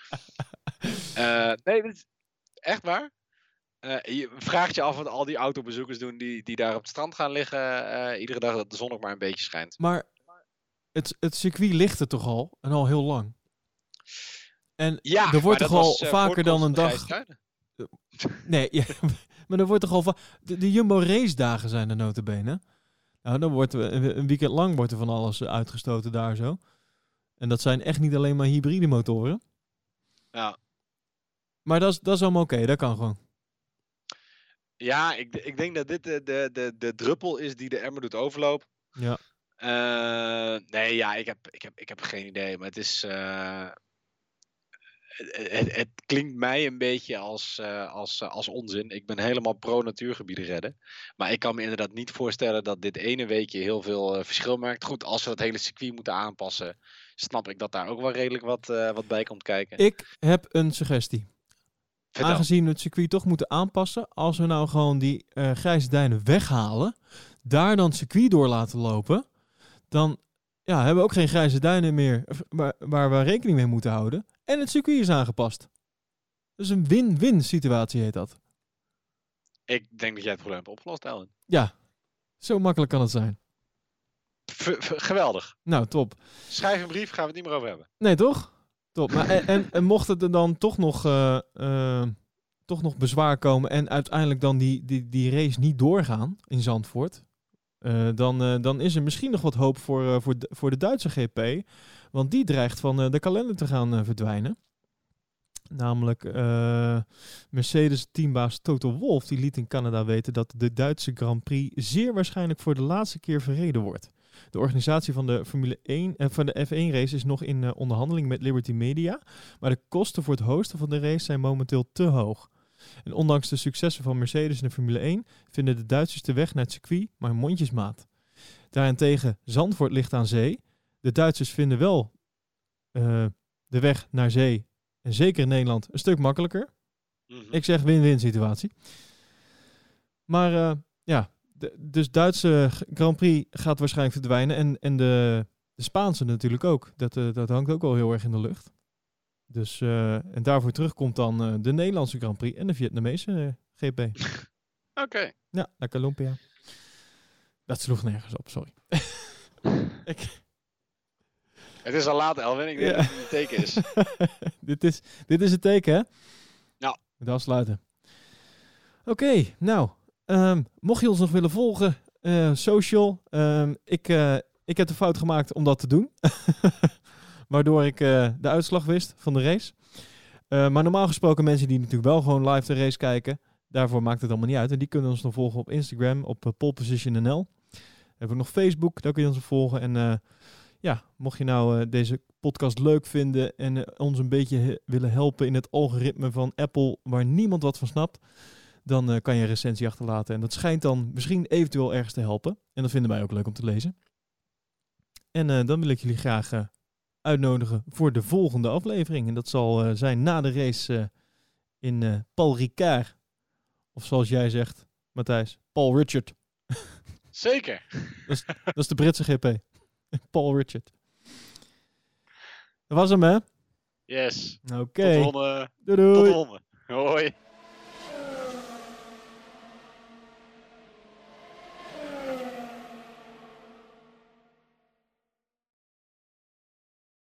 Speaker 2: uh, nee, dat is echt waar. Uh, je vraagt je af wat al die autobezoekers doen die, die daar op het strand gaan liggen uh, iedere dag dat de zon ook maar een beetje schijnt.
Speaker 1: Maar het, het circuit ligt er toch al, en al heel lang. En
Speaker 2: ja,
Speaker 1: er wordt toch al
Speaker 2: was, uh,
Speaker 1: vaker dan een dag... Nee, ja, maar er wordt toch al... Va- de, de Jumbo race dagen zijn er nota bene. Nou, dan wordt er een weekend lang wordt er van alles uitgestoten daar zo. En dat zijn echt niet alleen maar hybride motoren.
Speaker 2: Ja.
Speaker 1: Maar dat is, dat is allemaal oké, okay, dat kan gewoon.
Speaker 2: Ja, ik, ik denk dat dit de, de, de, de druppel is die de emmer doet overlopen.
Speaker 1: Ja.
Speaker 2: Uh, nee, ja, ik heb, ik, heb, ik heb geen idee. Maar het is... Uh, het, het, het klinkt mij een beetje als, uh, als, uh, als onzin. Ik ben helemaal pro-natuurgebieden redden. Maar ik kan me inderdaad niet voorstellen dat dit ene weekje heel veel uh, verschil maakt. Goed, als we dat hele circuit moeten aanpassen, snap ik dat daar ook wel redelijk wat, uh, wat bij komt kijken.
Speaker 1: Ik heb een suggestie.
Speaker 2: Vertel.
Speaker 1: Aangezien we het circuit toch moeten aanpassen, als we nou gewoon die uh, grijze duinen weghalen, daar dan het circuit door laten lopen, dan ja, hebben we ook geen grijze duinen meer waar, waar we rekening mee moeten houden. En het circuit is aangepast. Dus een win-win situatie heet dat.
Speaker 2: Ik denk dat jij het probleem hebt opgelost, Ellen.
Speaker 1: Ja, zo makkelijk kan het zijn.
Speaker 2: V- v- geweldig.
Speaker 1: Nou, top.
Speaker 2: Schrijf een brief, gaan we het niet meer over hebben.
Speaker 1: Nee, toch? Top. Maar en, en, en mocht het er dan toch nog, uh, uh, toch nog bezwaar komen en uiteindelijk dan die, die, die race niet doorgaan in Zandvoort, uh, dan, uh, dan is er misschien nog wat hoop voor, uh, voor, de, voor de Duitse G P. Want die dreigt van uh, de kalender te gaan uh, verdwijnen. Namelijk uh, Mercedes teambaas Toto Wolff die liet in Canada weten dat de Duitse Grand Prix zeer waarschijnlijk voor de laatste keer verreden wordt. De organisatie van de Formule één, eh, van de F één race is nog in uh, onderhandeling met Liberty Media, maar de kosten voor het hosten van de race zijn momenteel te hoog. En ondanks de successen van Mercedes in de Formule één vinden de Duitsers de weg naar het circuit maar mondjesmaat. Daarentegen, Zandvoort ligt aan zee. De Duitsers vinden wel uh, de weg naar zee, en zeker in Nederland, een stuk makkelijker. Mm-hmm. Ik zeg win-win situatie. Maar uh, ja, de, dus Duitse Grand Prix gaat waarschijnlijk verdwijnen. En, en de, de Spaanse natuurlijk ook. Dat, uh, dat hangt ook al heel erg in de lucht. Dus, uh, en daarvoor terugkomt dan uh, de Nederlandse Grand Prix en de Vietnamese uh, G P.
Speaker 2: Oké. Okay.
Speaker 1: Ja, naar Colombia. Dat sloeg nergens op, sorry. Ik...
Speaker 2: Het is al laat, Elwin. Ik denk ja. dat het een teken is.
Speaker 1: dit is. Dit is het teken, hè?
Speaker 2: Ja.
Speaker 1: Moet afsluiten. Oké, okay, nou. Um, mocht je ons nog willen volgen, uh, social. Um, ik, uh, ik heb de fout gemaakt om dat te doen. Waardoor ik uh, de uitslag wist van de race. Uh, maar normaal gesproken mensen die natuurlijk wel gewoon live de race kijken. Daarvoor maakt het allemaal niet uit. En die kunnen ons dan volgen op Instagram, op uh, Pole Position N L. We hebben nog Facebook, daar kun je ons op volgen. En uh, ja, mocht je nou uh, deze podcast leuk vinden en uh, ons een beetje he- willen helpen in het algoritme van Apple, waar niemand wat van snapt, dan uh, kan je een recensie achterlaten. En dat schijnt dan misschien eventueel ergens te helpen. En dat vinden wij ook leuk om te lezen. En uh, dan wil ik jullie graag uh, uitnodigen voor de volgende aflevering. En dat zal uh, zijn na de race uh, in uh, Paul Ricard. Of zoals jij zegt, Matthijs, Paul Richard.
Speaker 2: Zeker.
Speaker 1: Dat is, dat is de Britse G P. Paul Richard. Dat was hem, hè?
Speaker 2: Yes.
Speaker 1: Oké.
Speaker 2: Tot volgende.
Speaker 1: Doei doei.
Speaker 2: Tot volgende. Hoi.